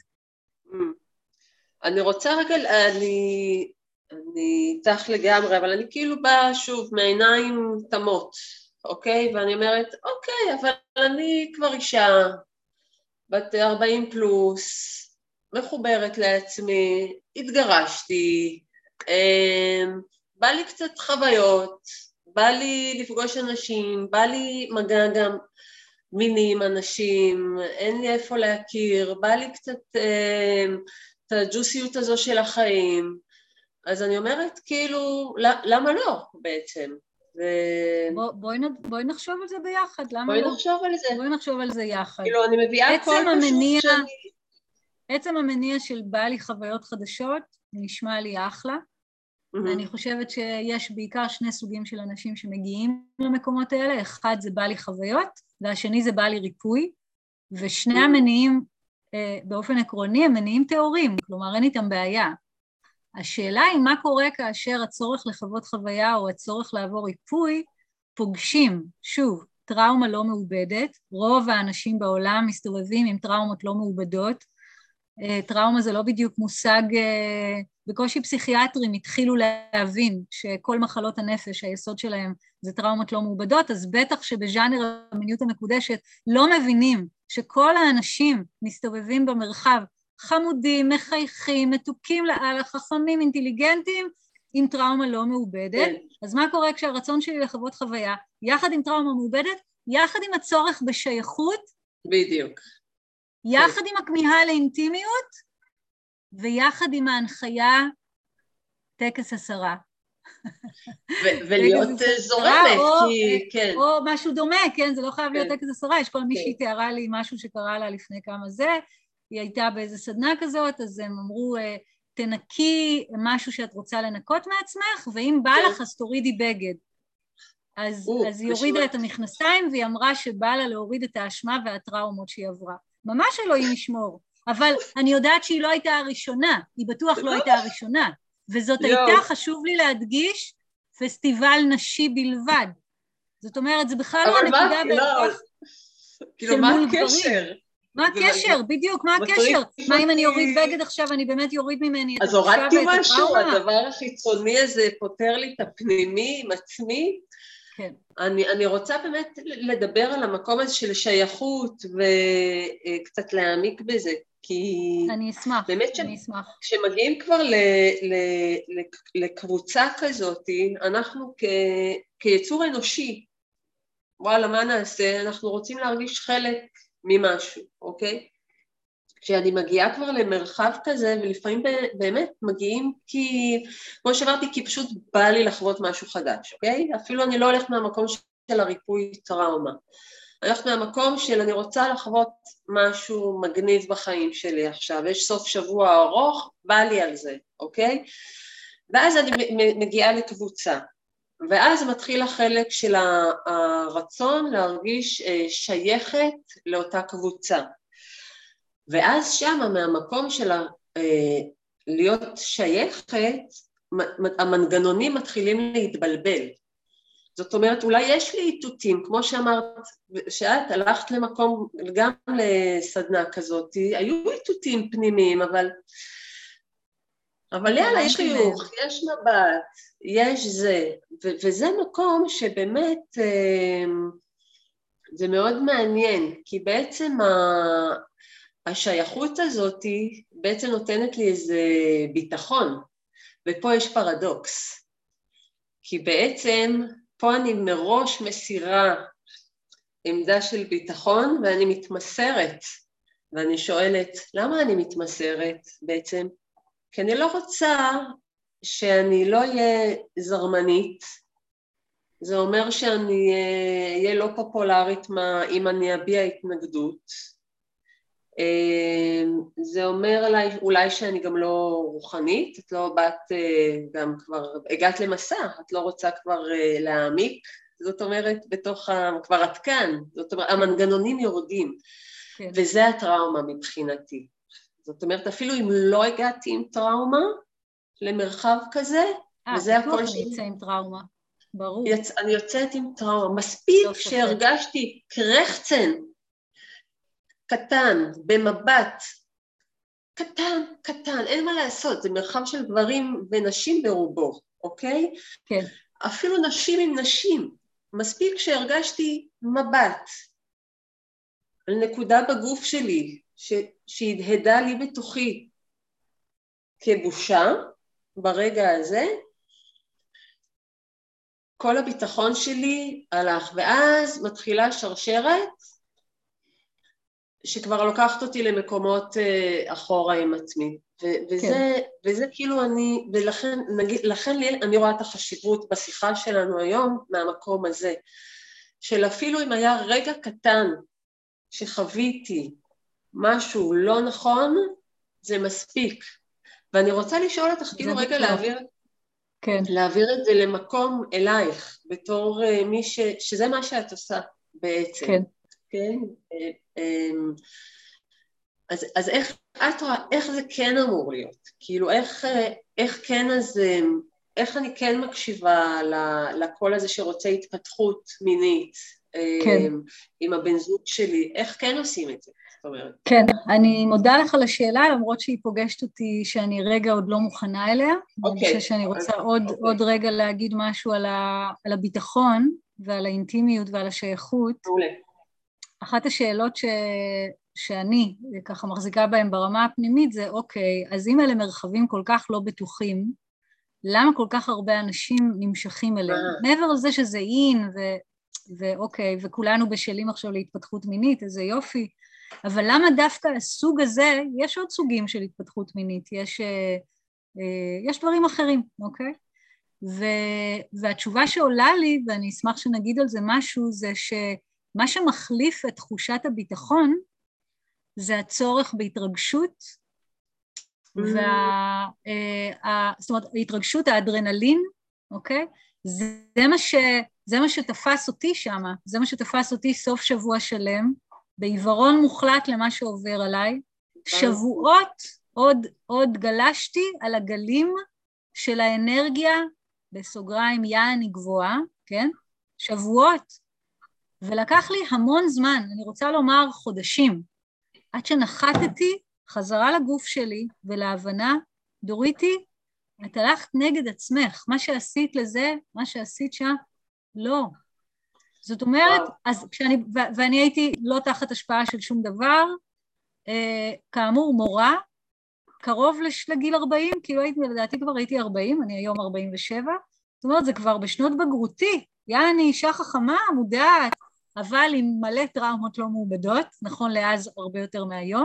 אני רוצה רגע, אני איתך לגמרי, אבל אני כאילו באה שוב מעיניים תמות, אוקיי? ואני אומרת, אוקיי, אבל אני כבר אישה, בת 40 פלוס, מחוברת לעצמי, התגרשתי, בא לי קצת חוויות, בא לי לפגוש אנשים, בא לי מגע גם מיני עם אנשים, אין לי איפה להכיר, בא לי קצת את הג'וסיות הזו של החיים, אז אני אומרת כאילו, למה לא בעצם? בואי נחשוב על זה ביחד, למה בואי לא? נחשוב על זה. בואי נחשוב על זה יחד. כאילו אני מביאה הכל פשוט שאני... עצם המניע של בא לי חוויות חדשות, נשמע לי אחלה. אני חושבת שיש בעיקר שני סוגים של אנשים שמגיעים למקומות האלה, אחד זה בא לי חוויות, והשני זה בא לי ריפוי, ושני המניעים באופן עקרוני הם מניעים תיאוריים, כלומר אין איתם בעיה. השאלה היא מה קורה כאשר הצורך לחוות חוויה או הצורך לעבור ריפוי פוגשים, שוב, טראומה לא מעובדת, רוב האנשים בעולם מסתובבים עם טראומות לא מעובדות, טראומה זה לא בדיוק מושג, בקושי פסיכיאטרים התחילו להבין שכל מחלות הנפש, היסוד שלהם זה טראומות לא מעובדות, אז בטח שבז'אנר המיניות המקודשת לא מבינים שכל האנשים מסתובבים במרחב חמודים, מחייכים, מתוקים לאללה, חכמים, אינטליגנטים, עם טראומה לא מעובדת. אז מה קורה כשהרצון שלי לחוות חוויה, יחד עם טראומה מעובדת, יחד עם הצורך בשייכות, בדיוק. יחד עם הכמיהה לאינטימיות, ויחד עם ההנחיה טקס השרה. ולהיות זורמת, כי כן. או משהו דומה, כן, זה לא חייב להיות טקס השרה, יש כל מישהי תיארה לי משהו שקרה לה לפני כמה זה, היא הייתה באיזה סדנה כזאת, אז הם אמרו, תנקי משהו שאת רוצה לנקות מעצמך, ואם בא לך, אז תורידי בגד. אז היא הורידה את המכנסיים, והיא אמרה שבא לה להוריד את האשמה והטראומות שהיא עברה. ממש אלוהים ישמור. אבל אני יודעת שהיא לא הייתה הראשונה, היא בטוח לא הייתה הראשונה. וזאת הייתה, חשוב לי להדגיש, פסטיבל נשי בלבד. זאת אומרת, זה בכלל לא הנקודה בהכרח של מול גברים. מה הקשר? בדיוק, מה הקשר? מה אם אני אוריד בגד עכשיו, אני באמת יוריד ממני את אז הורדתי משהו, הדבר החיצוני הזה פותר לי את הפנימי עם עצמי. כן. אני רוצה באמת לדבר על המקום הזה של שייכות וקצת להעמיק בזה, כי... אני אשמח, באמת אני אשמח. כשמגיעים כבר לקבוצה כזאת, אנחנו כיצור אנושי, וואלה, מה נעשה? אנחנו רוצים להרגיש חלק ממשהו, אוקיי? כשאני מגיעה כבר למרחב כזה, ולפעמים באמת מגיעים כי, כמו שאמרתי, כי פשוט בא לי לחוות משהו חדש, אוקיי? אפילו אני לא הולכת מהמקום של הריפוי טראומה. אני הולכת מהמקום של אני רוצה לחוות משהו מגניב בחיים שלי עכשיו, יש סוף שבוע ארוך, בא לי על זה, אוקיי? ואז אני מגיעה לקבוצה. ואז מתחיל החלק של הרצון להרגיש שייכת לאותה קבוצה. ואז שמה מהמקום של להיות שייכת, המנגנונים מתחילים להתבלבל. זאת אומרת, אולי יש לי איתותים, כמו שאמרת, שאת הלכת למקום, גם לסדנה כזאת, היו איתותים פנימיים, אבל יאללה, יש חיוך, יש מבט, יש זה, וזה מקום שבאמת זה מאוד מעניין, כי בעצם השייכות הזאת בעצם נותנת לי איזה ביטחון, ופה יש פרדוקס, כי בעצם פה אני מראש מסירה עמדה של ביטחון, ואני מתמסרת, ואני שואלת, למה אני מתמסרת בעצם? כי אני לא רוצה שאני לא אהיה זרמנית, זה אומר שאני אהיה לא פופולרית אם אני אביע התנגדות, זה אומר אולי שאני גם לא רוחנית, את לא באת גם כבר, הגעת למסע, את לא רוצה כבר להעמיק זאת אומרת, כבר את כאן, זאת אומרת, המנגנונים יורדים, כן. וזה הטראומה מבחינתי. זאת אומרת, אפילו אם לא הגעתי עם טראומה למרחב כזה, וזה הכל בטוח אני אצא עם טראומה, ברור. אני יוצאת עם טראומה, מספיק שהרגשתי קרחצן קטן, במבט, קטן, אין מה לעשות, זה מרחב של גברים ונשים ברובו, אוקיי? כן. אפילו נשים עם נשים, מספיק שהרגשתי מבט על נקודה בגוף שלי, שהדהדה לי בתוכי כבושה ברגע הזה, כל הביטחון שלי הלך, ואז מתחילה שרשרת שכבר לוקחת אותי למקומות אחורה עם עצמי, וזה כאילו לכן אני רואה את החשיבות בשיחה שלנו היום מהמקום הזה, של אפילו אם היה רגע קטן שחוויתי משהו לא נכון, זה מספיק. ואני רוצה לשאול אותך, כאילו רגע להעביר את זה למקום אלייך, בתור מי שזה מה שאת עושה בעצם. כן. כן? אז את רואה, איך זה כן אמור להיות? כאילו, איך אני כן מקשיבה לקול הזה שרוצה התפתחות מינית, כן. עם הבן זוג שלי, איך כן עושים את זה? כן, אני מודה לך על השאלה, למרות שהיא פוגשת אותי שאני רגע עוד לא מוכנה אליה. אני חושבת שאני רוצה עוד רגע להגיד משהו על הביטחון ועל האינטימיות ועל השייכות. אחת השאלות שאני ככה מחזיקה בהם ברמה הפנימית זה, אוקיי, אז אם אלה מרחבים כל כך לא בטוחים, למה כל כך הרבה אנשים נמשכים אליהם? מעבר לזה שזה אין, ואוקיי, וכולנו בשלים עכשיו להתפתחות מינית, איזה יופי, אבל למה דווקא הסוג הזה, יש עוד סוגים של התפתחות מינית, יש דברים אחרים, אוקיי? והתשובה שעולה לי, ואני אשמח שנגיד על זה משהו, זה שמה שמחליף את תחושת הביטחון, זה הצורך בהתרגשות, זאת אומרת, ההתרגשות, האדרנלין, אוקיי? זה מה שתפס אותי שם, זה מה שתפס אותי סוף שבוע שלם, בעיוורון מוחלט למה שעובר עליי, שבועות עוד גלשתי על הגלים של האנרגיה, בסוגריים יעני גבוהה, כן? שבועות, ולקח לי המון זמן, אני רוצה לומר חודשים, עד שנחתתי חזרה לגוף שלי ולהבנה, דוריתי, את הלכת נגד עצמך, מה שעשית לזה, מה שעשית שם, לא. זאת אומרת, ואני הייתי לא תחת השפעה של שום דבר, כאמור מורה, קרוב לגיל 40, כאילו לדעתי כבר הייתי 40, אני היום 47, זאת אומרת, זה כבר בשנות בגרותי, יעני אישה חכמה, מודעת, אבל עם מלא טראומות לא מעובדות, נכון לאז הרבה יותר מהיום,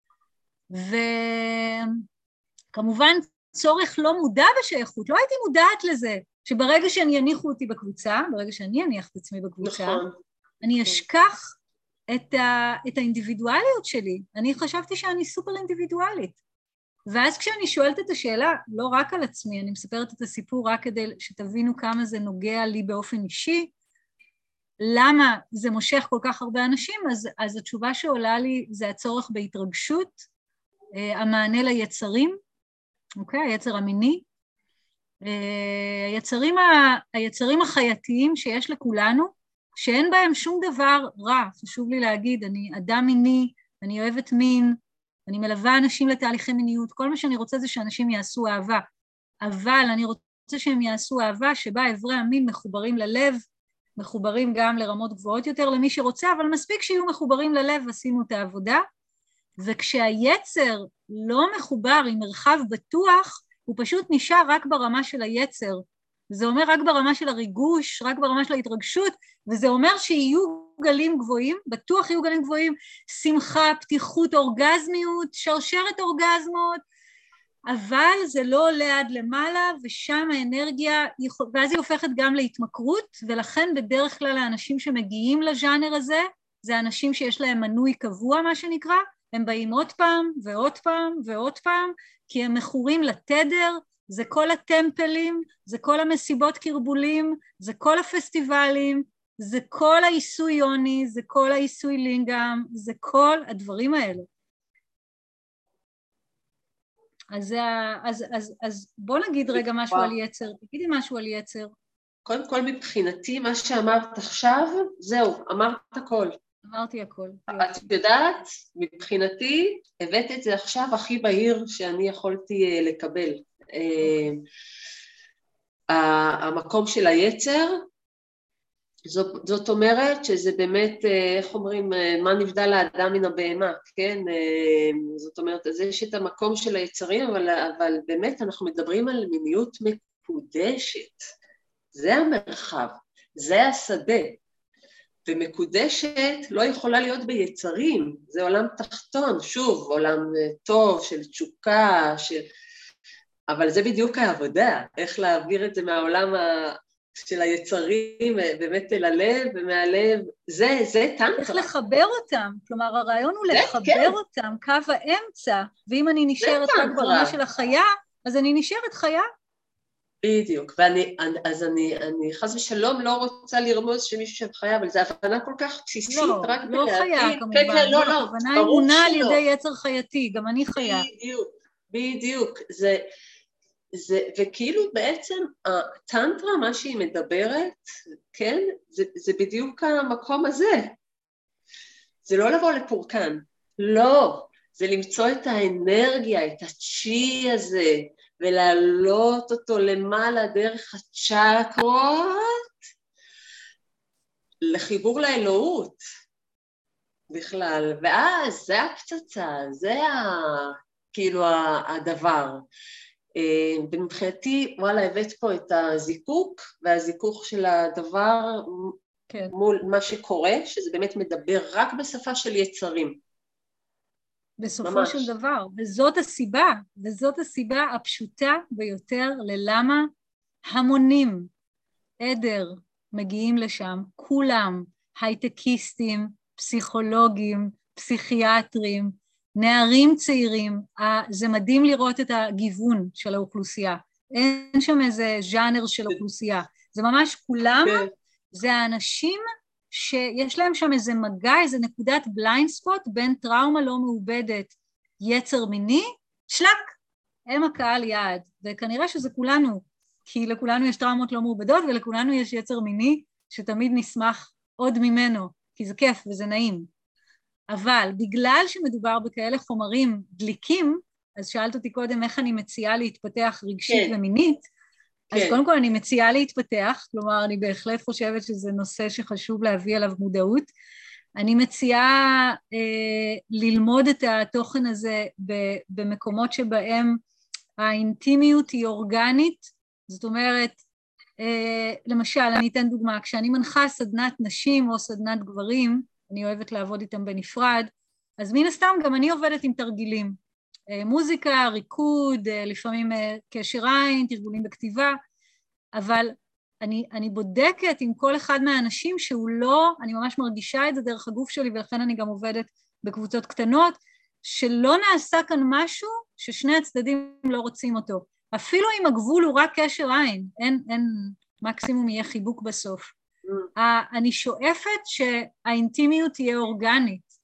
וכמובן צורך לא מודע בשייכות, לא הייתי מודעת לזה, שברגע שאני יניחו אותי בקבוצה, ברגע שאני אניח את עצמי בקבוצה, נכון. אני אשכח את האינדיבידואליות שלי, אני חשבתי שאני סופר אינדיבידואלית, ואז כשאני שואלת את השאלה, לא רק על עצמי, אני מספרת את הסיפור רק כדי שתבינו כמה זה נוגע לי באופן אישי, למה זה מושך כל כך הרבה אנשים, אז התשובה שעולה לי זה הצורך בהתרגשות, המענה ליצרים, אוקיי, היצר המיני, היצרים החייתיים שיש לכולנו, שאין בהם שום דבר רע, חשוב לי להגיד, אני אדם מיני, אני אוהבת מין, אני מלווה אנשים לתהליכי מיניות, כל מה שאני רוצה זה שאנשים יעשו אהבה, אבל אני רוצה שהם יעשו אהבה שבה אברי המין מחוברים ללב, מחוברים גם לרמות גבוהות יותר למי שרוצה, אבל מספיק שיהיו מחוברים ללב, עשינו את העבודה, וכשהיצר לא מחובר עם מרחב בטוח, הוא פשוט נשאר רק ברמה של היצר, זה אומר רק ברמה של הריגוש, רק ברמה של ההתרגשות, וזה אומר שיהיו גלים גבוהים, בטוח יהיו גלים גבוהים, שמחה, פתיחות, אורגזמיות, שרשרת אורגזמות, אבל זה לא עולה עד למעלה, ושם האנרגיה, ואז היא הופכת גם להתמכרות, ולכן בדרך כלל האנשים שמגיעים לז'אנר הזה, זה אנשים שיש להם מנוי קבוע, מה שנקרא, הם באים עוד פעם ועוד פעם ועוד פעם, כי הם מכורים לתדר, זה כל הטמפלים, זה כל המסיבות קרבולים, זה כל הפסטיבלים, זה כל העיסוי יוני, זה כל העיסוי לינגאם, זה כל הדברים האלה. אז בוא נגיד רגע משהו על יצר, תגידי משהו על יצר. קודם כל מבחינתי, מה שאמרת עכשיו, זהו, אמרת הכל. אמרתי הכל. את יודעת, מבחינתי, הבאת את זה עכשיו הכי בהיר שאני יכולתי לקבל. המקום של היצר, זאת אומרת שזה באמת, איך אומרים, מה נבדל האדם מן הבהמה, כן? זאת אומרת, אז יש את המקום של היצרים, אבל באמת אנחנו מדברים על מיניות מקודשת. זה המרחב, זה השדה. ומקודשת לא יכולה להיות ביצרים, זה עולם תחתון, שוב, עולם טוב, של תשוקה, אבל זה בדיוק העבודה, איך להעביר את זה מהעולם של היצרים, באמת אל הלב, ומהלב, זה טנטרה. איך לחבר אותם, כלומר הרעיון הוא לחבר אותם, קו האמצע, ואם אני נשארת רק ברמה של החיה, אז אני נשארת חיה. בדיוק, אז אני חס ושלום לא רוצה לרמוז שמישהו שם חיה, אבל זו הבנה כל כך בסיסית, רק לא חיה כמובן, לא, הכוונה היא מונה על ידי יצר חייתי, גם אני חיה. בדיוק, וכאילו בעצם הטנטרה, מה שהיא מדברת, כן, זה בדיוק המקום הזה. זה לא לבוא לפורקן, לא, זה למצוא את האנרגיה, את הצ'י הזה, ולהעלות אותו למעלה דרך הצ'קרות, לחיבור לאלוהות בכלל, ואז זה הפצצה, זה כאילו הדבר. ומבחינתי, וואלה, הבאת פה את הזיקוק, והזיקוק של הדבר כן. מול מה שקורה, שזה באמת מדבר רק בשפה של יצרים. בסופו ממש. של דבר, וזאת הסיבה הפשוטה ביותר ללמה המונים, עדר, מגיעים לשם, כולם, הייטקיסטים, פסיכולוגים, פסיכיאטרים, נערים צעירים, זה מדהים לראות את הגיוון של האוכלוסייה, אין שם איזה ז'אנר של אוכלוסייה, זה ממש כולם, זה האנשים שיש להם שם איזה מגע, איזה נקודת בליינד ספוט בין טראומה לא מעובדת, יצר מיני, שלק, הם הקהל יעד, וכנראה שזה כולנו, כי לכולנו יש טראומות לא מעובדות, ולכולנו יש יצר מיני שתמיד נשמח עוד ממנו, כי זה כיף וזה נעים. אבל בגלל שמדובר בכאלה חומרים דליקים, אז שאלת אותי קודם איך אני מציעה להתפתח רגשית ומינית, אז קודם כל אני מציעה להתפתח, כלומר אני בהחלט חושבת שזה נושא שחשוב להביא עליו מודעות, אני מציעה ללמוד את התוכן הזה במקומות שבהם האינטימיות היא אורגנית, זאת אומרת, למשל אני אתן דוגמה, כשאני מנחה סדנת נשים או סדנת גברים, אני אוהבת לעבוד איתם בנפרד, אז מן הסתם גם אני עובדת עם תרגילים, מוזיקה, ריקוד, לפעמים קשר עין, תרגולים בכתיבה, אבל אני בודקת עם כל אחד מהאנשים שהוא לא, אני ממש מרגישה את זה דרך הגוף שלי, ולכן אני גם עובדת בקבוצות קטנות, שלא נעשה כאן משהו ששני הצדדים לא רוצים אותו. אפילו אם הגבול הוא רק קשר עין, אין מקסימום יהיה חיבוק בסוף. אני שואפת שהאינטימיות תהיה אורגנית.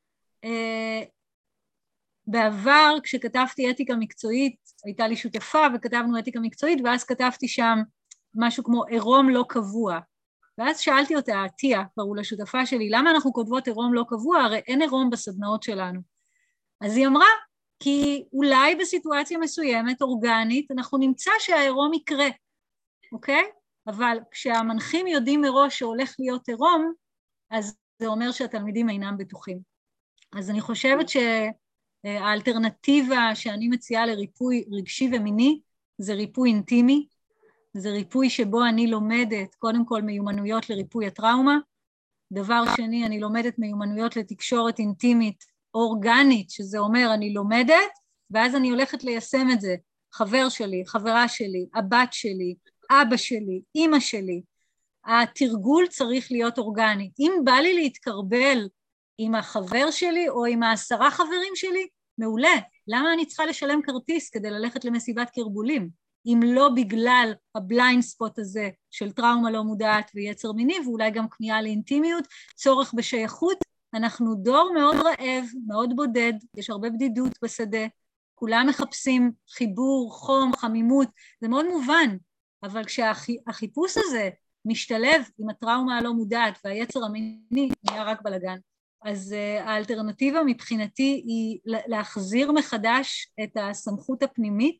בעבר, כשכתבתי אתיקה מקצועית, הייתה לי שותפה וכתבנו אתיקה מקצועית, ואז כתבתי שם משהו כמו עירום לא קבוע. ואז שאלתי אותה, תיה, קראו לשותפה שלי, למה אנחנו כותבות עירום לא קבוע? הרי אין עירום בסדנאות שלנו. אז היא אמרה, כי אולי בסיטואציה מסוימת, אורגנית, אנחנו נמצא שהעירום יקרה, אוקיי? אבל כשהמנחים יודעים מראש שהולך להיות עירום, אז זה אומר שהתלמידים אינם בטוחים. אז אני חושבת שהאלטרנטיבה שאני מציעה לריפוי רגשי ומיני, זה ריפוי אינטימי, זה ריפוי שבו אני לומדת קודם כל מיומנויות לריפוי הטראומה, דבר שני אני לומדת מיומנויות לתקשורת אינטימית אורגנית, שזה אומר אני לומדת, ואז אני הולכת ליישם את זה, חבר שלי, חברה שלי, הבת שלי, אבא שלי, אמא שלי, התרגול צריך להיות אורגני. אם בא לי להתקרבל עם החבר שלי או עם 10 חברים שלי, מעולה. למה אני צריכה לשלם כרטיס כדי ללכת למסיבת קרבולים? אם לא בגלל הבליינד ספוט הזה של טראומה לא מודעת ויצר מיני, ואולי גם כמיהה לאינטימיות, צורך בשייכות. אנחנו דור מאוד רעב, מאוד בודד, יש הרבה בדידות בשדה, כולם מחפשים חיבור, חום, חמימות, זה מאוד מובן, אבל כשהחיפוש הזה משתלב עם הטראומה הלא מודעת והיצר המיני, נהיה רק בלגן. אז האלטרנטיבה מבחינתי היא להחזיר מחדש את הסמכות הפנימית,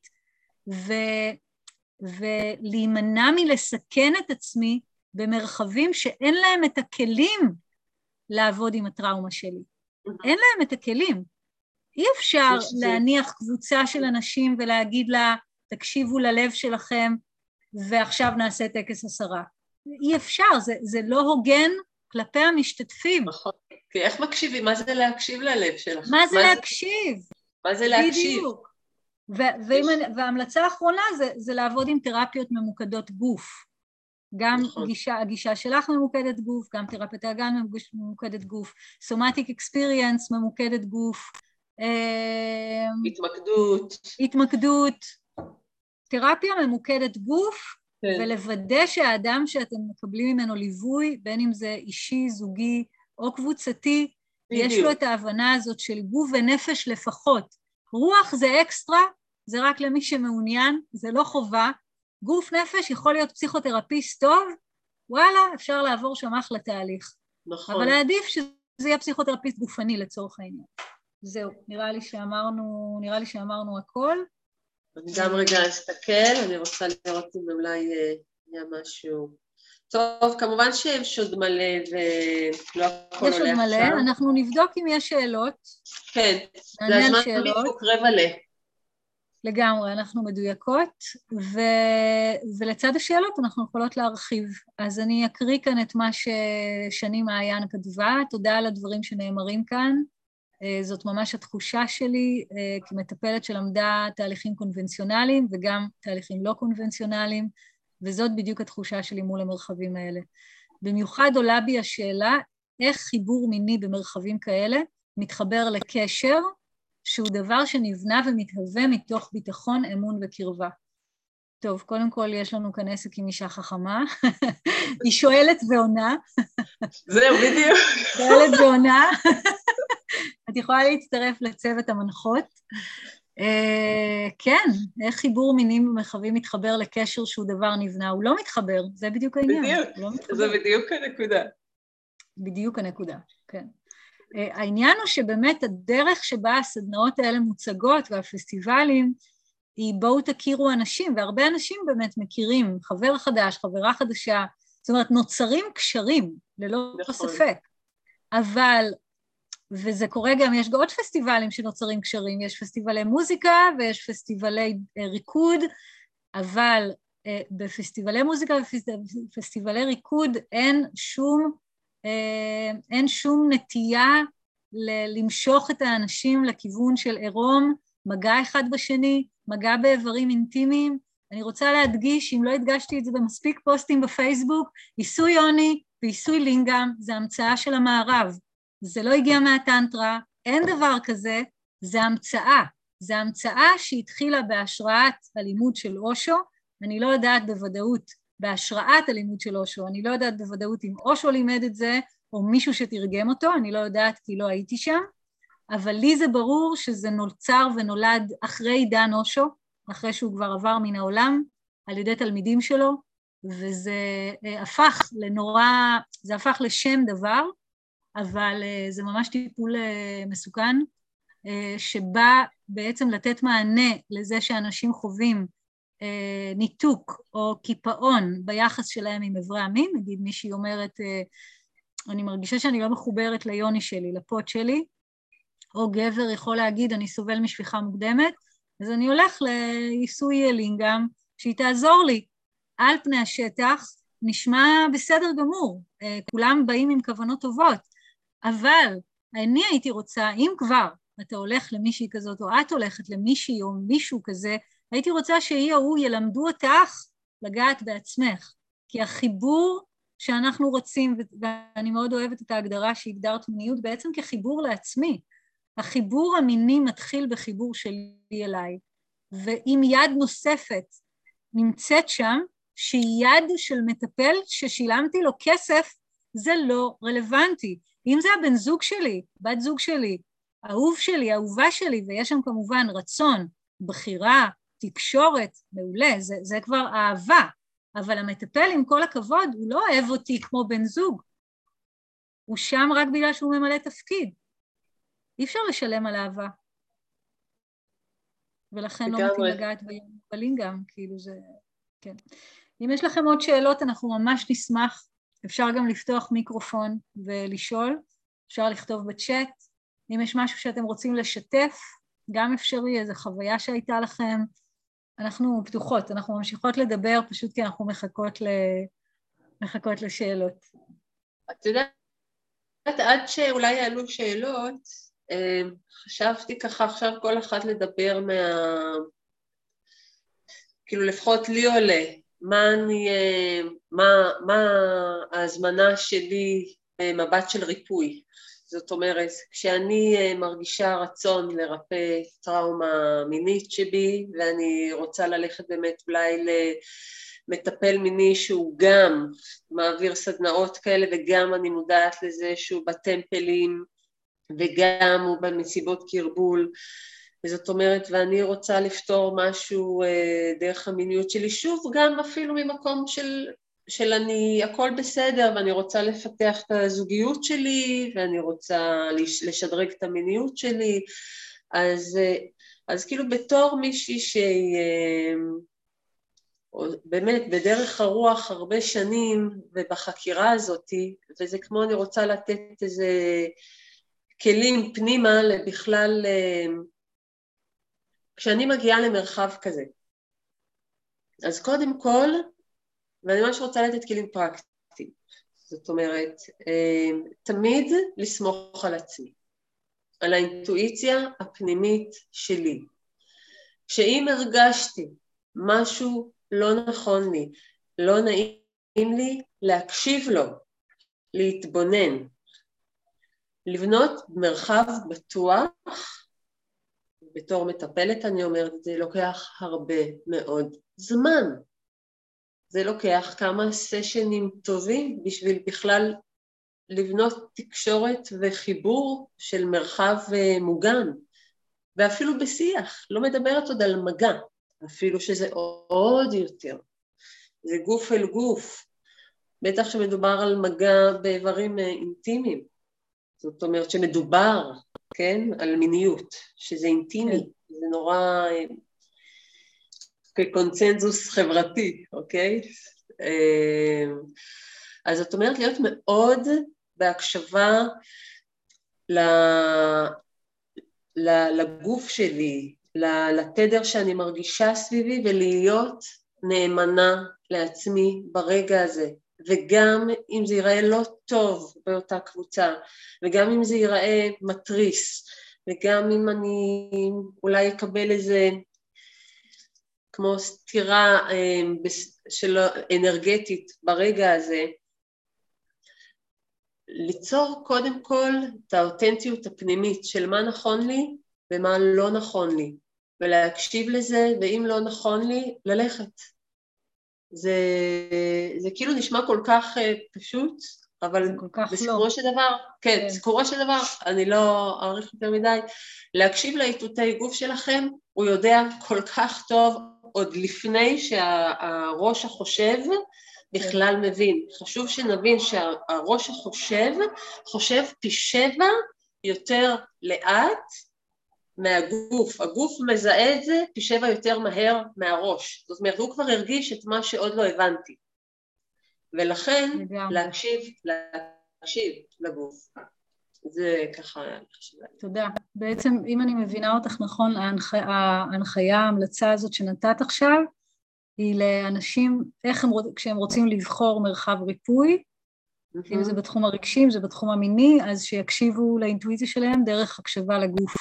ולהימנע מלסכן את עצמי במרחבים שאין להם את הכלים לעבוד עם הטראומה שלי. אין להם את הכלים. אי אפשר להניח קבוצה של אנשים ולהגיד לה, תקשיבו ללב שלכם, ועכשיו נעשה טקס 10. אי אפשר, זה לא הוגן כלפי המשתתפים. נכון, כי איך מקשיבים? מה זה להקשיב ללב שלך? מה זה להקשיב? מה זה להקשיב? בדיוק. וההמלצה האחרונה זה לעבוד עם תרפיות ממוקדות גוף. גם הגישה שלך ממוקדת גוף, גם תרפיית האגן ממוקדת גוף, סומטיק אקספיריאנס ממוקדת גוף, התמקדות, תרפיה ממוקדת גוף, ולוודא שהאדם שאתם מקבלים ממנו ליווי, בין אם זה אישי, זוגי או קבוצתי, יש לו את ההבנה הזאת של גוף ונפש לפחות. רוח זה אקסטרה, זה רק למי שמעוניין, זה לא חובה. גוף נפש יכול להיות פסיכותרפיסט טוב, וואלה, אפשר לעבור שם אחלה תהליך. נכון. אבל עדיף שזה יהיה פסיכותרפיסט גופני לצורך העניין. זהו, נראה לי שאמרנו הכל. אני גם רגע אסתכל, אני רוצה לראות אם אולי יהיה משהו. טוב, כמובן שיש עוד מלא ולא הכל עולה עכשיו. יש עוד מלא, אנחנו נבדוק אם יש שאלות. כן, זה הזמן בדיוק רבע ל. לגמרי, אנחנו מדויקות, ולצד השאלות אנחנו יכולות להרחיב. אז אני אקריא כאן את מה ששני מעיין כתבה, תודה על הדברים שנאמרים כאן, זאת ממש התחושה שלי כמטפלת שלמדה תהליכים קונבנציונליים וגם תהליכים לא קונבנציונליים, וזאת בדיוק התחושה שלי מול המרחבים האלה. במיוחד עולה בי השאלה איך חיבור מיני במרחבים כאלה מתחבר לקשר, שהוא דבר שנבנה ומתהווה מתוך ביטחון, אמון וקרבה. טוב, קודם כל יש לנו כאן עסק עם אישה חכמה, היא שואלת ועונה. זהו, בדיוק. שואלת ועונה. את יכולה להצטרף לצוות המנחות. כן, איך חיבור מינים במרחבים מתחבר לקשר שהוא דבר נבנה, הוא לא מתחבר, זה בדיוק העניין. בדיוק, זה בדיוק הנקודה. בדיוק הנקודה, כן. העניין הוא שבאמת הדרך שבה הסדנאות האלה מוצגות והפסטיבלים, היא בואו תכירו אנשים, והרבה אנשים באמת מכירים, חבר חדש, חברה חדשה, זאת אומרת נוצרים קשרים, ללא ספק, אבל, וזה קורה גם, יש עוד פסטיבלים שנוצרים קשרים, יש פסטיבלי מוזיקה ויש פסטיבלי ריקוד, אבל בפסטיבלי מוזיקה ופסטיבלי ריקוד אין שום נטייה למשוך את האנשים לכיוון של עירום, מגע אחד בשני, מגע באיברים אינטימיים. אני רוצה להדגיש, אם לא הדגשתי את זה במספיק פוסטים בפייסבוק, עיסוי יוני ועיסוי לינגאם זה המצאה של המערב. זה לא הגיע מהטנטרה, אין דבר כזה, זה המצאה. זה המצאה שהתחילה בהשראת הלימוד של אושו, אני לא יודעת בוודאות בהשראת הלימוד של אושו, אני לא יודעת בוודאות אם אושו לימד את זה, או מישהו שתרגם אותו, אני לא יודעת כי לא הייתי שם, אבל לי זה ברור שזה נוצר ונולד אחרי עידן אושו, אחרי שהוא כבר עבר מן העולם, על ידי תלמידים שלו, וזה הפך לנורא, זה הפך לשם דבר, אבל זה ממש טיפול מסוכן, שבא בעצם לתת מענה לזה שאנשים חווים ניתוק או קיפאון ביחס שלהם עם עברי המין, נגיד מישהי אומרת, אני מרגישה שאני לא מחוברת ליוני שלי, לפות שלי, או גבר יכול להגיד, אני סובל משפיכה מוקדמת, אז אני הולך לעיסוי לינגאם, שהיא תעזור לי. על פני השטח נשמע בסדר גמור, כולם באים עם כוונות טובות, אבל אני הייתי רוצה, אם כבר אתה הולך למישהי כזאת, או את הולכת למישהי או מישהו כזה, הייתי רוצה שהיא או הוא ילמדו אותך לגעת בעצמך, כי החיבור שאנחנו רוצים, ואני מאוד אוהבת את ההגדרה שהגדרת מיניות, בעצם כחיבור לעצמי, החיבור המיני מתחיל בחיבור שלי אליי, ואם יד נוספת נמצאת שם, שיד של מטפל ששילמתי לו כסף, זה לא רלוונטי. אם זה הבן זוג שלי, בת זוג שלי, אהוב שלי, אהובה שלי, ויש שם כמובן רצון, בחירה, תקשורת, מעולה, זה כבר אהבה. אבל המטפל, עם כל הכבוד, הוא לא אוהב אותי כמו בן זוג. הוא שם רק בגלל שהוא ממלא תפקיד. אי אפשר לשלם על אהבה. ולכן לא מתאים לגעת ביום גם, כאילו זה, כן. אם יש לכם עוד שאלות, אנחנו ממש נשמח. אפשר גם לפתוח מיקרופון ולשאול. אפשר לכתוב בצ'אט. אם יש משהו שאתם רוצים לשתף, גם אפשרי, איזו חוויה שהייתה לכם. אנחנו פתוחות, אנחנו ממשיכות לדבר, פשוט כי אנחנו מחכות לשאלות. את יודעת, עד שאולי יעלו שאלות, חשבתי ככה עכשיו כל אחת לדבר כאילו לפחות לי עולה, מה ההזמנה שלי במבט של ריפוי. זאת אומרת, כשאני מרגישה רצון לרפא טראומה מינית שבי, ואני רוצה ללכת באמת אולי למטפל מיני שהוא גם מעביר סדנאות כאלה, וגם אני מודעת לזה שהוא בטמפלים, וגם הוא במסיבות קרבול, וזאת אומרת, ואני רוצה לפתור משהו דרך המיניות שלי, שוב גם אפילו ממקום של אני, הכל בסדר, ואני רוצה לפתח את הזוגיות שלי, ואני רוצה לשדרג את המיניות שלי, אז כאילו בתור מישהי שהיא באמת בדרך הרוח הרבה שנים, ובחקירה הזאת, וזה כמו אני רוצה לתת איזה כלים פנימה בכלל, כשאני מגיעה למרחב כזה. אז קודם כל, ואני ממש רוצה לתת כלים פרקטיים, זאת אומרת, תמיד לסמוך על עצמי, על האינטואיציה הפנימית שלי, שאם הרגשתי משהו לא נכון לי, לא נעים לי, להקשיב לו, להתבונן, לבנות מרחב בטוח, בתור מטפלת אני אומרת, זה לוקח הרבה מאוד זמן. זה לוקח כמה סשנים טובים בשביל בכלל לבנות תקשורת וחיבור של מרחב מוגן, ואפילו בשיח, לא מדברת עוד על מגע, אפילו שזה עוד יותר, זה גוף אל גוף, בטח שמדובר על מגע באיברים אינטימיים, זאת אומרת שמדובר, כן, על מיניות, שזה אינטימי, כן. זה נורא כקונצנזוס חברתי, אוקיי? אז זאת אומרת להיות מאוד בהקשבה לגוף שלי, לתדר שאני מרגישה סביבי, ולהיות נאמנה לעצמי ברגע הזה. וגם אם זה ייראה לא טוב באותה קבוצה, וגם אם זה ייראה מטריס, וגם אם אני אולי אקבל איזה כמו סתירה של אנרגטית ברגע הזה, ליצור קודם כל את האותנטיות הפנימית של מה נכון לי ומה לא נכון לי, ולהקשיב לזה, ואם לא נכון לי, ללכת. זה כאילו נשמע כל כך פשוט, אבל בסיכומו של דבר, כן, בסיכומו של דבר, אני לא אעריך יותר מדי, להקשיב לאיתותי גוף שלכם, הוא יודע כל כך טוב, עוד לפני שהראש החושב בכלל מבין. חשוב שנבין שהראש החושב, חושב פי 7 יותר לאט מהגוף. הגוף מזהה את זה פי 7 יותר מהר מהראש. זאת אומרת, הוא כבר הרגיש את מה שעוד לא הבנתי. ולכן להקשיב לגוף. זה ככה חשוב. תודה. בעצם, אם אני מבינה אותך נכון, ההנחיה, ההמלצה הזאת שנתת עכשיו, היא לאנשים, כשהם רוצים לבחור מרחב ריפוי, אם זה בתחום הרגשי, אם זה בתחום המיני, אז שיקשיבו לאינטואיציה שלהם דרך הקשבה לגוף.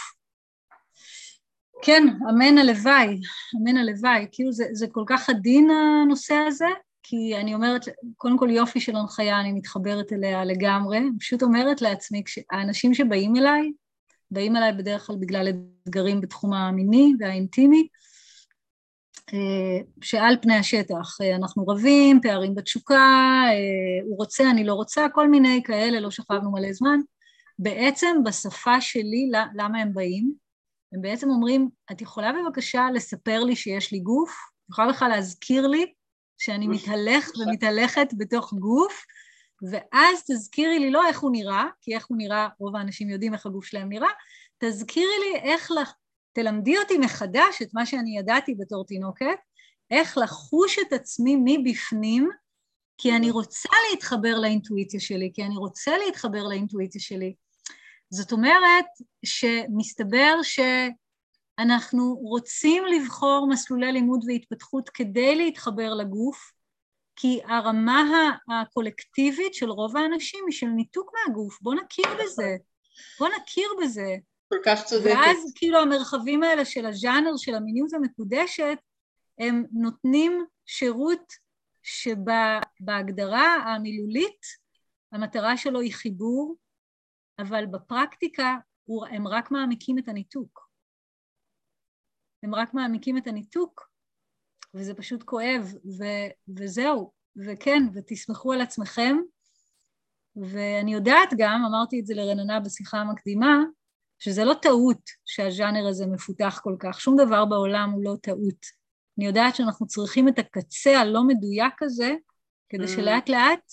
כן, אמן הלוואי, אמן הלוואי. כאילו זה כל כך עדין הנושא הזה, כי אני אומרת, קודם כל יופי של הנחיה, אני מתחברת אליה לגמרי, פשוט אומרת לעצמי, האנשים שבאים אליי בדרך כלל בגלל אתגרים בתחום המיני והאינטימי, שעל פני השטח, אנחנו רבים, פערים בתשוקה, הוא רוצה, אני לא רוצה, כל מיני כאלה, לא שכבנו מלא זמן. בעצם בשפה שלי, למה הם באים? הם בעצם אומרים, את יכולה בבקשה לספר לי שיש לי גוף? את יכולה בכלל להזכיר לי שאני מתהלך ומתהלכת בתוך גוף, ואז תזכירי לי לא איך הוא נראה, כי איך הוא נראה, רוב האנשים יודעים איך הגוף שלהם נראה, תזכירי לי איך תלמדי אותי מחדש את מה שאני ידעתי בתור תינוקת, איך לחוש את עצמי מבפנים, כי אני רוצה להתחבר לאינטואיציה שלי, כי אני רוצה להתחבר לאינטואיציה שלי. זאת אומרת שמסתבר שאנחנו רוצים לבחור מסלולי לימוד והתפתחות כדי להתחבר לגוף, כי הרמה הקולקטיבית של רוב האנשים היא של ניתוק מהגוף, בוא נכיר בזה, בוא נכיר בזה. כל כך צודקת. ואז כאילו המרחבים האלה של הז'אנר, של המיניות המקודשת, הם נותנים שירות שבהגדרה המילולית, המטרה שלו היא חיבור, אבל בפרקטיקה הם רק מעמיקים את הניתוק. הם רק מעמיקים את הניתוק, וזה פשוט כואב, וזהו, וכן, ותסמכו על עצמכם, ואני יודעת גם, אמרתי את זה לרננה בשיחה המקדימה, שזה לא טעות שהז'אנר הזה מפותח כל כך, שום דבר בעולם הוא לא טעות. אני יודעת שאנחנו צריכים את הקצה הלא מדויק הזה, כדי שלאט לאט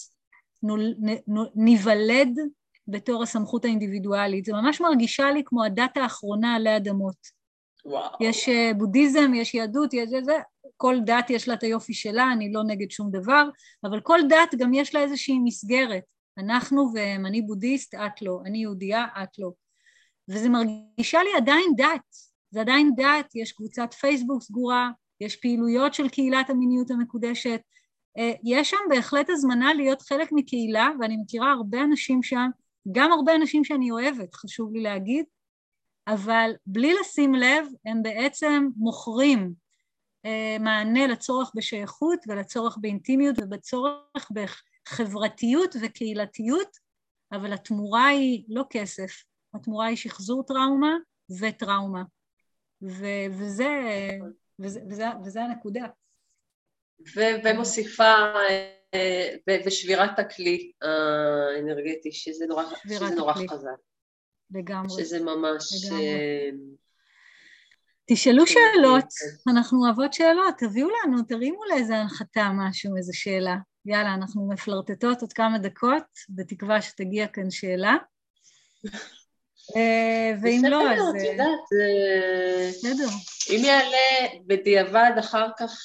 ניוולד בתור הסמכות האינדיבידואלית. זה ממש מרגישה לי כמו הדת האחרונה עלי אדמות. וואו. יש בודהיזם, יש יהדות, יש זה, כל דת יש לה את היופי שלה, אני לא נגד שום דבר, אבל כל דת גם יש לה איזושהי מסגרת. אנחנו והם, אני בודהיסט, את לא, אני יהודייה, את לא. וזה מרגישה לי עדיין דת, זה עדיין דת, יש קבוצת פייסבוק סגורה, יש פעילויות של קהילת המיניות המקודשת, יש שם בהחלט הזמנה להיות חלק מקהילה, ואני מכירה הרבה אנשים שם, גם הרבה אנשים שאני אוהבת, חשוב לי להגיד, אבל בלי לשים לב, הם בעצם מוכרים מענה לצורך בשייכות ולצורך באינטימיות ובצורך בחברתיות וקהילתיות, אבל התמורה היא לא כסף, התמורה היא שחזור טראומה וטראומה, וזה הנקודה. ומוסיפה ושבירת הכלי האנרגטי, שזה נורא חזק. לגמרי. שזה ממש... תשאלו שאלות, אנחנו אוהבות שאלות, תביאו לנו, תרימו לאיזה הנחתה משהו, איזו שאלה. יאללה, אנחנו מפלרטטות עוד כמה דקות, בתקווה שתגיע כאן שאלה. ואם לא, אז... בסדר, את יודעת, בסדר. אם יעלה בדיעבד אחר כך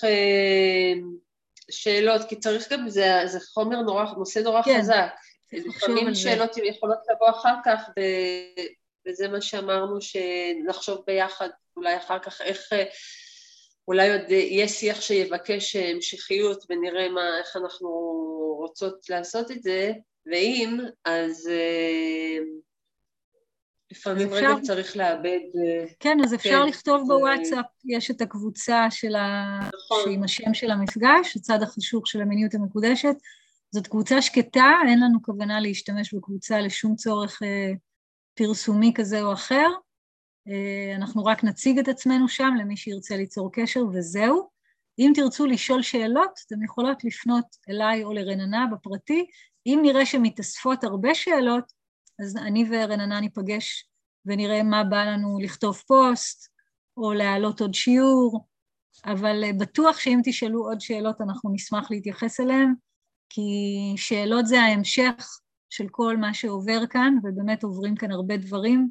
שאלות, כי צריך גם, זה חומר נושא נורא חזק. לפעמים שאלות יכולות לבוא אחר כך, וזה מה שאמרנו, שנחשוב ביחד, אולי אחר כך אולי עוד יהיה שיח שיבקש המשכיות, ונראה איך אנחנו רוצות לעשות את זה, ואם, אז לפעמים רגע צריך לאבד... כן, אז אפשר לכתוב בוואטסאפ, יש את הקבוצה עם השם של המפגש, הצד החשוך של המיניות המקודשת, זאת קבוצה שקטה, אין לנו כוונה להשתמש בקבוצה לשום צורך פרסומי כזה או אחר, אנחנו רק נציג את עצמנו שם למי שירצה ליצור קשר וזהו. אם תרצו לשאול שאלות, אתם יכולות לפנות אליי או לרננה בפרטי, אם נראה שמתאספות הרבה שאלות, אז אני ורננה ניפגש ונראה מה בא לנו לכתוב פוסט או להעלות עוד שיעור, אבל בטוח שאם תשאלו עוד שאלות אנחנו נשמח להתייחס אליהן, כי שאלות זה ההמשך של כל מה שעובר כאן, ובאמת עוברים כאן הרבה דברים.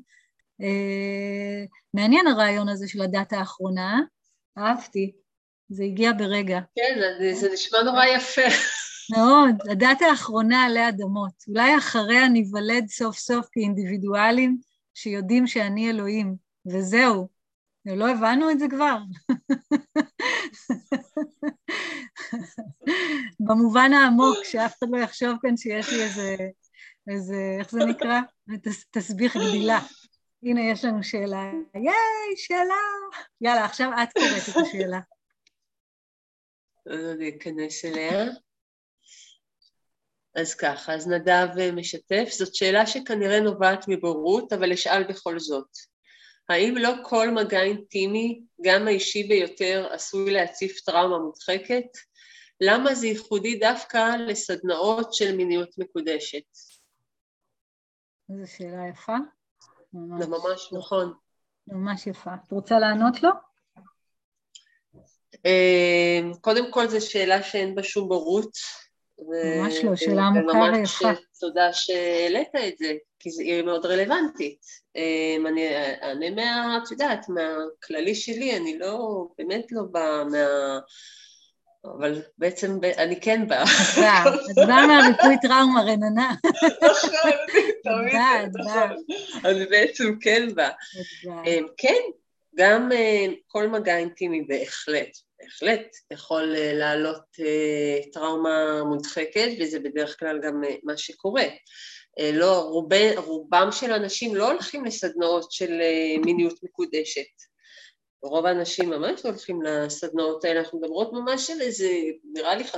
מעניין הרעיון הזה של הדת האחרונה, אהבתי, זה הגיע ברגע. כן, זה נשמע נורא יפה. מאוד, הדת האחרונה עלי אדמות, אולי אחריה ניוולד סוף סוף כאינדיבידואלים שיודעים שאני אלוהים, וזהו, לא הבנו את זה כבר. במובן העמוק, שאף אחד לא יחשוב כאן שיש לי איזה, איך זה נקרא? תסביך גדילה. הנה, יש לנו שאלה. ייי, שאלה! יאללה, עכשיו את קוראת את השאלה. אני אכנס אליה. אז ככה, אז נדב משתף. זאת שאלה שכנראה נובעת מבורות, אבל אשאל בכל זאת. האם לא כל מגע אינטימי, גם האישי ביותר, עשוי להציף טראומה מודחקת? למה זה ייחודי דווקא לסדנאות של מיניות מקודשת? זו שאלה יפה. זה ממש נכון. ממש יפה. את רוצה לענות לו? קודם כל זו שאלה שאין בה שום בורות. ממש לא, שאלה עמוקה ויפה. וממש תודה שהעלית את זה, כי היא מאוד רלוונטית. אני אענה את יודעת, מהכללי שלי, אני לא, באמת לא באה אבל בעצם אני כן באה. את באה מהריפוי טראומה, רננה. אני בעצם כן באה. כן, גם כל מגע אינטימי בהחלט יכול לעלות טראומה מודחקת, וזה בדרך כלל גם מה שקורה. רובם של אנשים לא הולכים לסדנאות של מיניות מקודשת. רוב האנשים ממש לא הולכים לסדנאות האלה, אנחנו מדברות ממש של איזה, נראה לי 0.5%,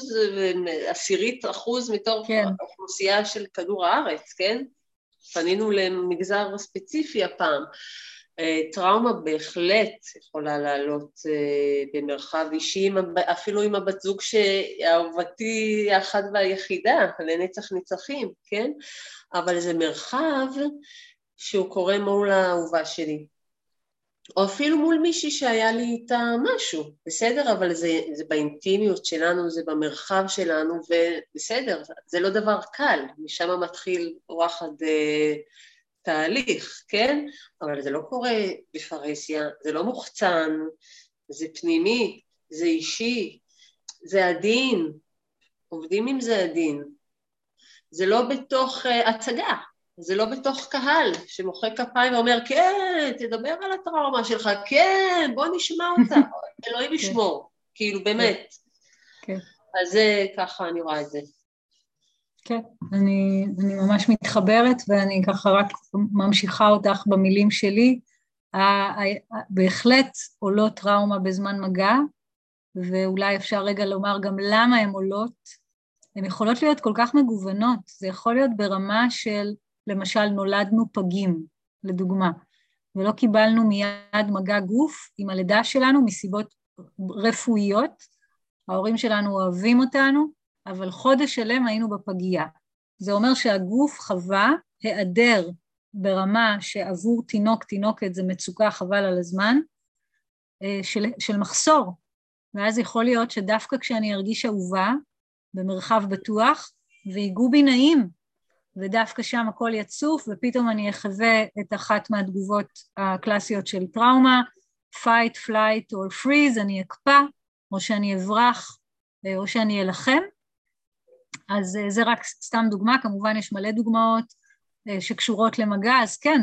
0.1% מתוך האוכלוסייה של כדור הארץ, כן? פנינו למגזר ספציפי הפעם. טראומה בהחלט יכולה לעלות במרחב אישי, אפילו עם הבת זוג שאהובתי האחת והיחידה, לנצח נצחים, כן? אבל זה מרחב שהוא קורה מול האהובה שלי. או אפילו מול מישהי שהיה לי איתה משהו, בסדר? אבל זה באינטימיות שלנו, זה במרחב שלנו, ובסדר, זה לא דבר קל, משם מתחיל וואחד תהליך, כן? אבל זה לא קורה בפרהסיה, זה לא מוחצן, זה פנימי, זה אישי, זה עדין, עובדים עם זה עדין. זה לא בתוך הצגה, זה לא בתוך קהל שמוחא כפיים ואומר, כן, תדבר על הטראומה שלך, כן, בוא נשמע אותה, אלוהים ישמור, כאילו באמת. אז זה ככה אני רואה את זה. כן, אני ממש מתחברת, ואני ככה רק ממשיכה אותך במילים שלי. בהחלט עולות טראומה בזמן מגע, ואולי אפשר רגע לומר גם למה הן עולות. הן יכולות להיות כל כך מגוונות, זה יכול להיות ברמה של, למשל, נולדנו פגים, לדוגמה, ולא קיבלנו מיד מגע גוף עם הלידה שלנו מסיבות רפואיות, ההורים שלנו אוהבים אותנו, אבל חודש שלם היינו בפגייה. זה אומר שהגוף חווה היעדר ברמה שעבור תינוקת זה מצוקה חבל על הזמן, של מחסור. ואז יכול להיות שדווקא כשאני ארגיש אהובה, במרחב בטוח, ויגעו בי נעים, ודווקא שם הכל יצוף, ופתאום אני אחווה את אחת מהתגובות הקלאסיות של טראומה, fight, flight or freeze, אני אקפא, או שאני אברח, או שאני אלחם. אז זה רק סתם דוגמה, כמובן יש מלא דוגמאות שקשורות למגע, אז כן,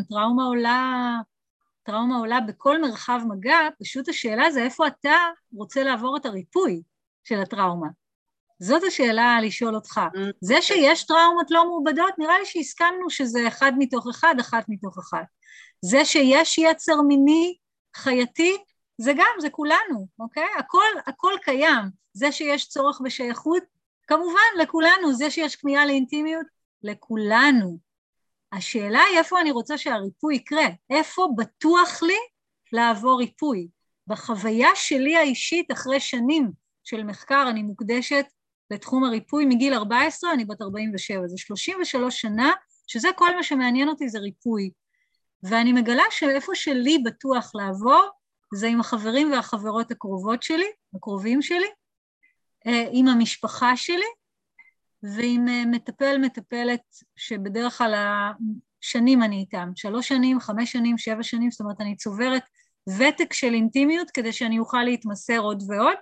טראומה עולה בכל מרחב מגע, פשוט השאלה זה איפה אתה רוצה לעבור את הריפוי של הטראומה. זאת השאלה לשאול אותך. זה שיש טראומות לא מעובדות, נראה לי שהסכמנו שזה אחד מתוך אחד, אחת מתוך אחת. זה שיש יצר מיני חייתי, זה גם, זה כולנו, אוקיי? הכל קיים. זה שיש צורך בשייכות, כמובן לכולנו. זה שיש כמיהה לאינטימיות, לכולנו. השאלה היא איפה אני רוצה שהריפוי יקרה, איפה בטוח לי לעבור ריפוי. בחוויה שלי האישית אחרי שנים של מחקר, אני מוקדשת לתחום הריפוי מגיל 14, אני בת 47, זה 33 שנה, שזה כל מה שמעניין אותי זה ריפוי. ואני מגלה שאיפה שלי בטוח לעבור, זה עם החברים והחברות הקרובות שלי, הקרובים שלי, עם המשפחה שלי, ועם מטפלת שבדרך כלל שנים אני איתם, 3 שנים, 5 שנים, 7 שנים, זאת אומרת אני צוברת ותק של אינטימיות כדי שאני אוכל להתמסר עוד ועוד,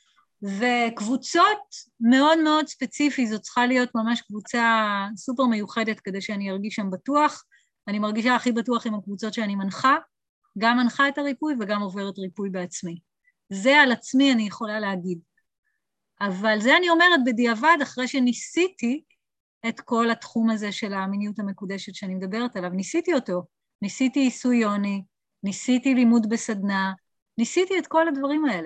וקבוצות מאוד מאוד ספציפית, זאת צריכה להיות ממש קבוצה סופר מיוחדת כדי שאני ארגיש שם בטוח, אני מרגישה הכי בטוח עם הקבוצות שאני מנחה, גם מנחה את הריפוי וגם עוברת ריפוי בעצמי. זה על עצמי אני יכולה להגיד. אבל זה אני אומרת בדיעבד, אחרי שניסיתי את כל התחום הזה של המיניות המקודשת שאני מדברת עליו, ניסיתי אותו, ניסיתי עיסוי יוני, ניסיתי לימוד בסדנה, ניסיתי את כל הדברים האלה.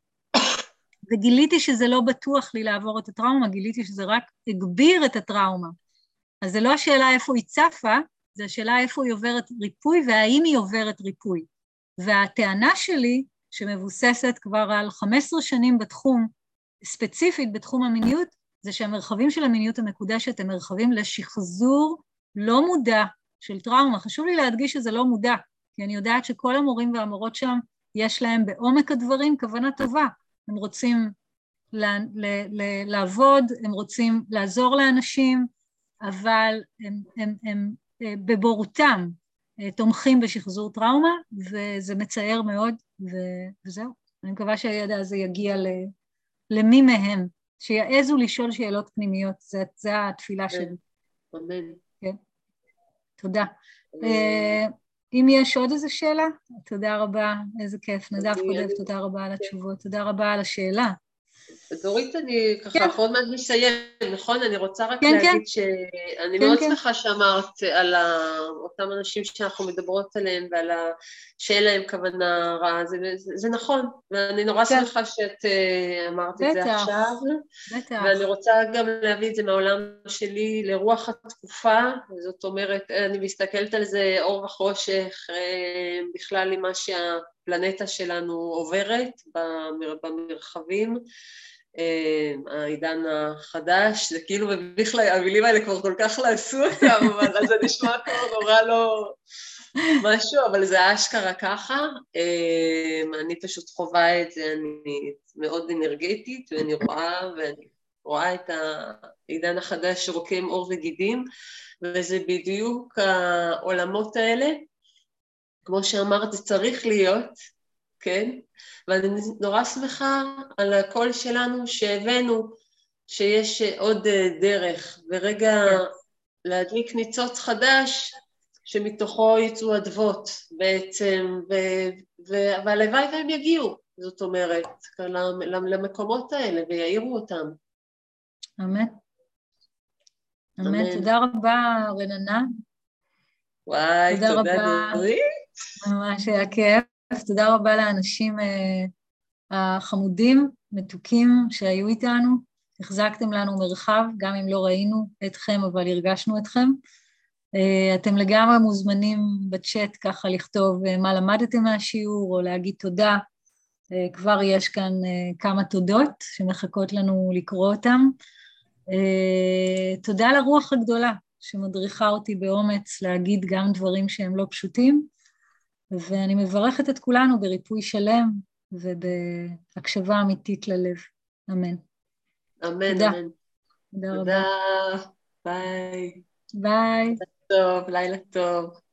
וגיליתי שזה לא בטוח לי לעבור את הטראומה, גיליתי שזה רק הגביר את הטראומה. אז זה לא השאלה איפה היא צפה, זה השאלה איפה היא עוברת ריפוי והאם היא עוברת ריפוי. והטענה שלי, שמבוססת כבר על 15 שנים בתחום, ספציפית בתחום המיניות, זה שהמרחבים של המיניות המקודשת הם מרחבים לשחזור לא מודע של טראומה. חשוב לי להדגיש שזה לא מודע, כי אני יודעת שכל המורים והמורות שם, יש להם בעומק הדברים כוונה טובה. הם רוצים לעבוד, הם רוצים לעזור לאנשים, אבל הם בבורותם תומכים בשחזור טראומה, וזה מצער מאוד, וזהו. אני מקווה שהידע הזה יגיע למי מהם, שיעזו לשאול שאלות פנימיות, זה התפילה שלי. אמן. כן. תודה. אם יש עוד איזו שאלה, תודה רבה, איזה כיף. נדב חודב, תודה רבה על התשובות, תודה רבה על השאלה. דורית, אני ככה עוד מעט מסיים, נכון? אני רוצה רק כן, להגיד כן. שאני כן, מאוד כן. שמחה שאמרת על אותם אנשים שאנחנו מדברות עליהם ועל שאין להם כוונה רעה, זה נכון, ואני נורא כן. שמחה שאת אמרת את זה בטח, עכשיו, בטח. ואני רוצה גם להביא את זה מהעולם שלי לרוח התקופה, זאת אומרת, אני מסתכלת על זה אור וחושך, בכלל עם מה שהפלנטה שלנו עוברת במרחבים, העידן החדש, זה כאילו בכלל המילים האלה כבר כל כך לעשו אותם, אבל זה נשמע כמו נורא לא משהו, אבל זה אשכרה ככה, אני פשוט חווה את זה, אני מאוד אנרגטית, ואני רואה את העידן החדש שרוקם אור וגידים, וזה בדיוק העולמות האלה, כמו שאמרת, זה צריך להיות, כן? ואני נורא שמחה על הקול שלנו שהבאנו, שיש עוד דרך, ורגע להדליק ניצוץ חדש, שמתוכו יצאו אדוות בעצם, והלוואי והם יגיעו, זאת אומרת, למקומות האלה, ויעירו אותם. אמן. אמן. תודה רבה, רננה. וואי, תודה דורית. ממש היה כיף. תודה רבה לאנשים החמודים, מתוקים שהיו איתנו. החזקתם לנו מרחב, גם אם לא ראינו אתכם, אבל הרגשנו אתכם. אתם לגמרי מוזמנים בצ'אט ככה לכתוב מה למדתם מהשיעור, או להגיד תודה. כבר יש כאן כמה תודות שמחכות לנו לקרוא אותם. תודה לרוח הגדולה שמדריכה אותי באומץ להגיד גם דברים שהם לא פשוטים, ואני מברכת את כולנו בריפוי שלם ובהקשבה אמיתית ללב. אמן. אמן, תודה. אמן. תודה רבה. ביי. ביי. טוב, לילה טוב.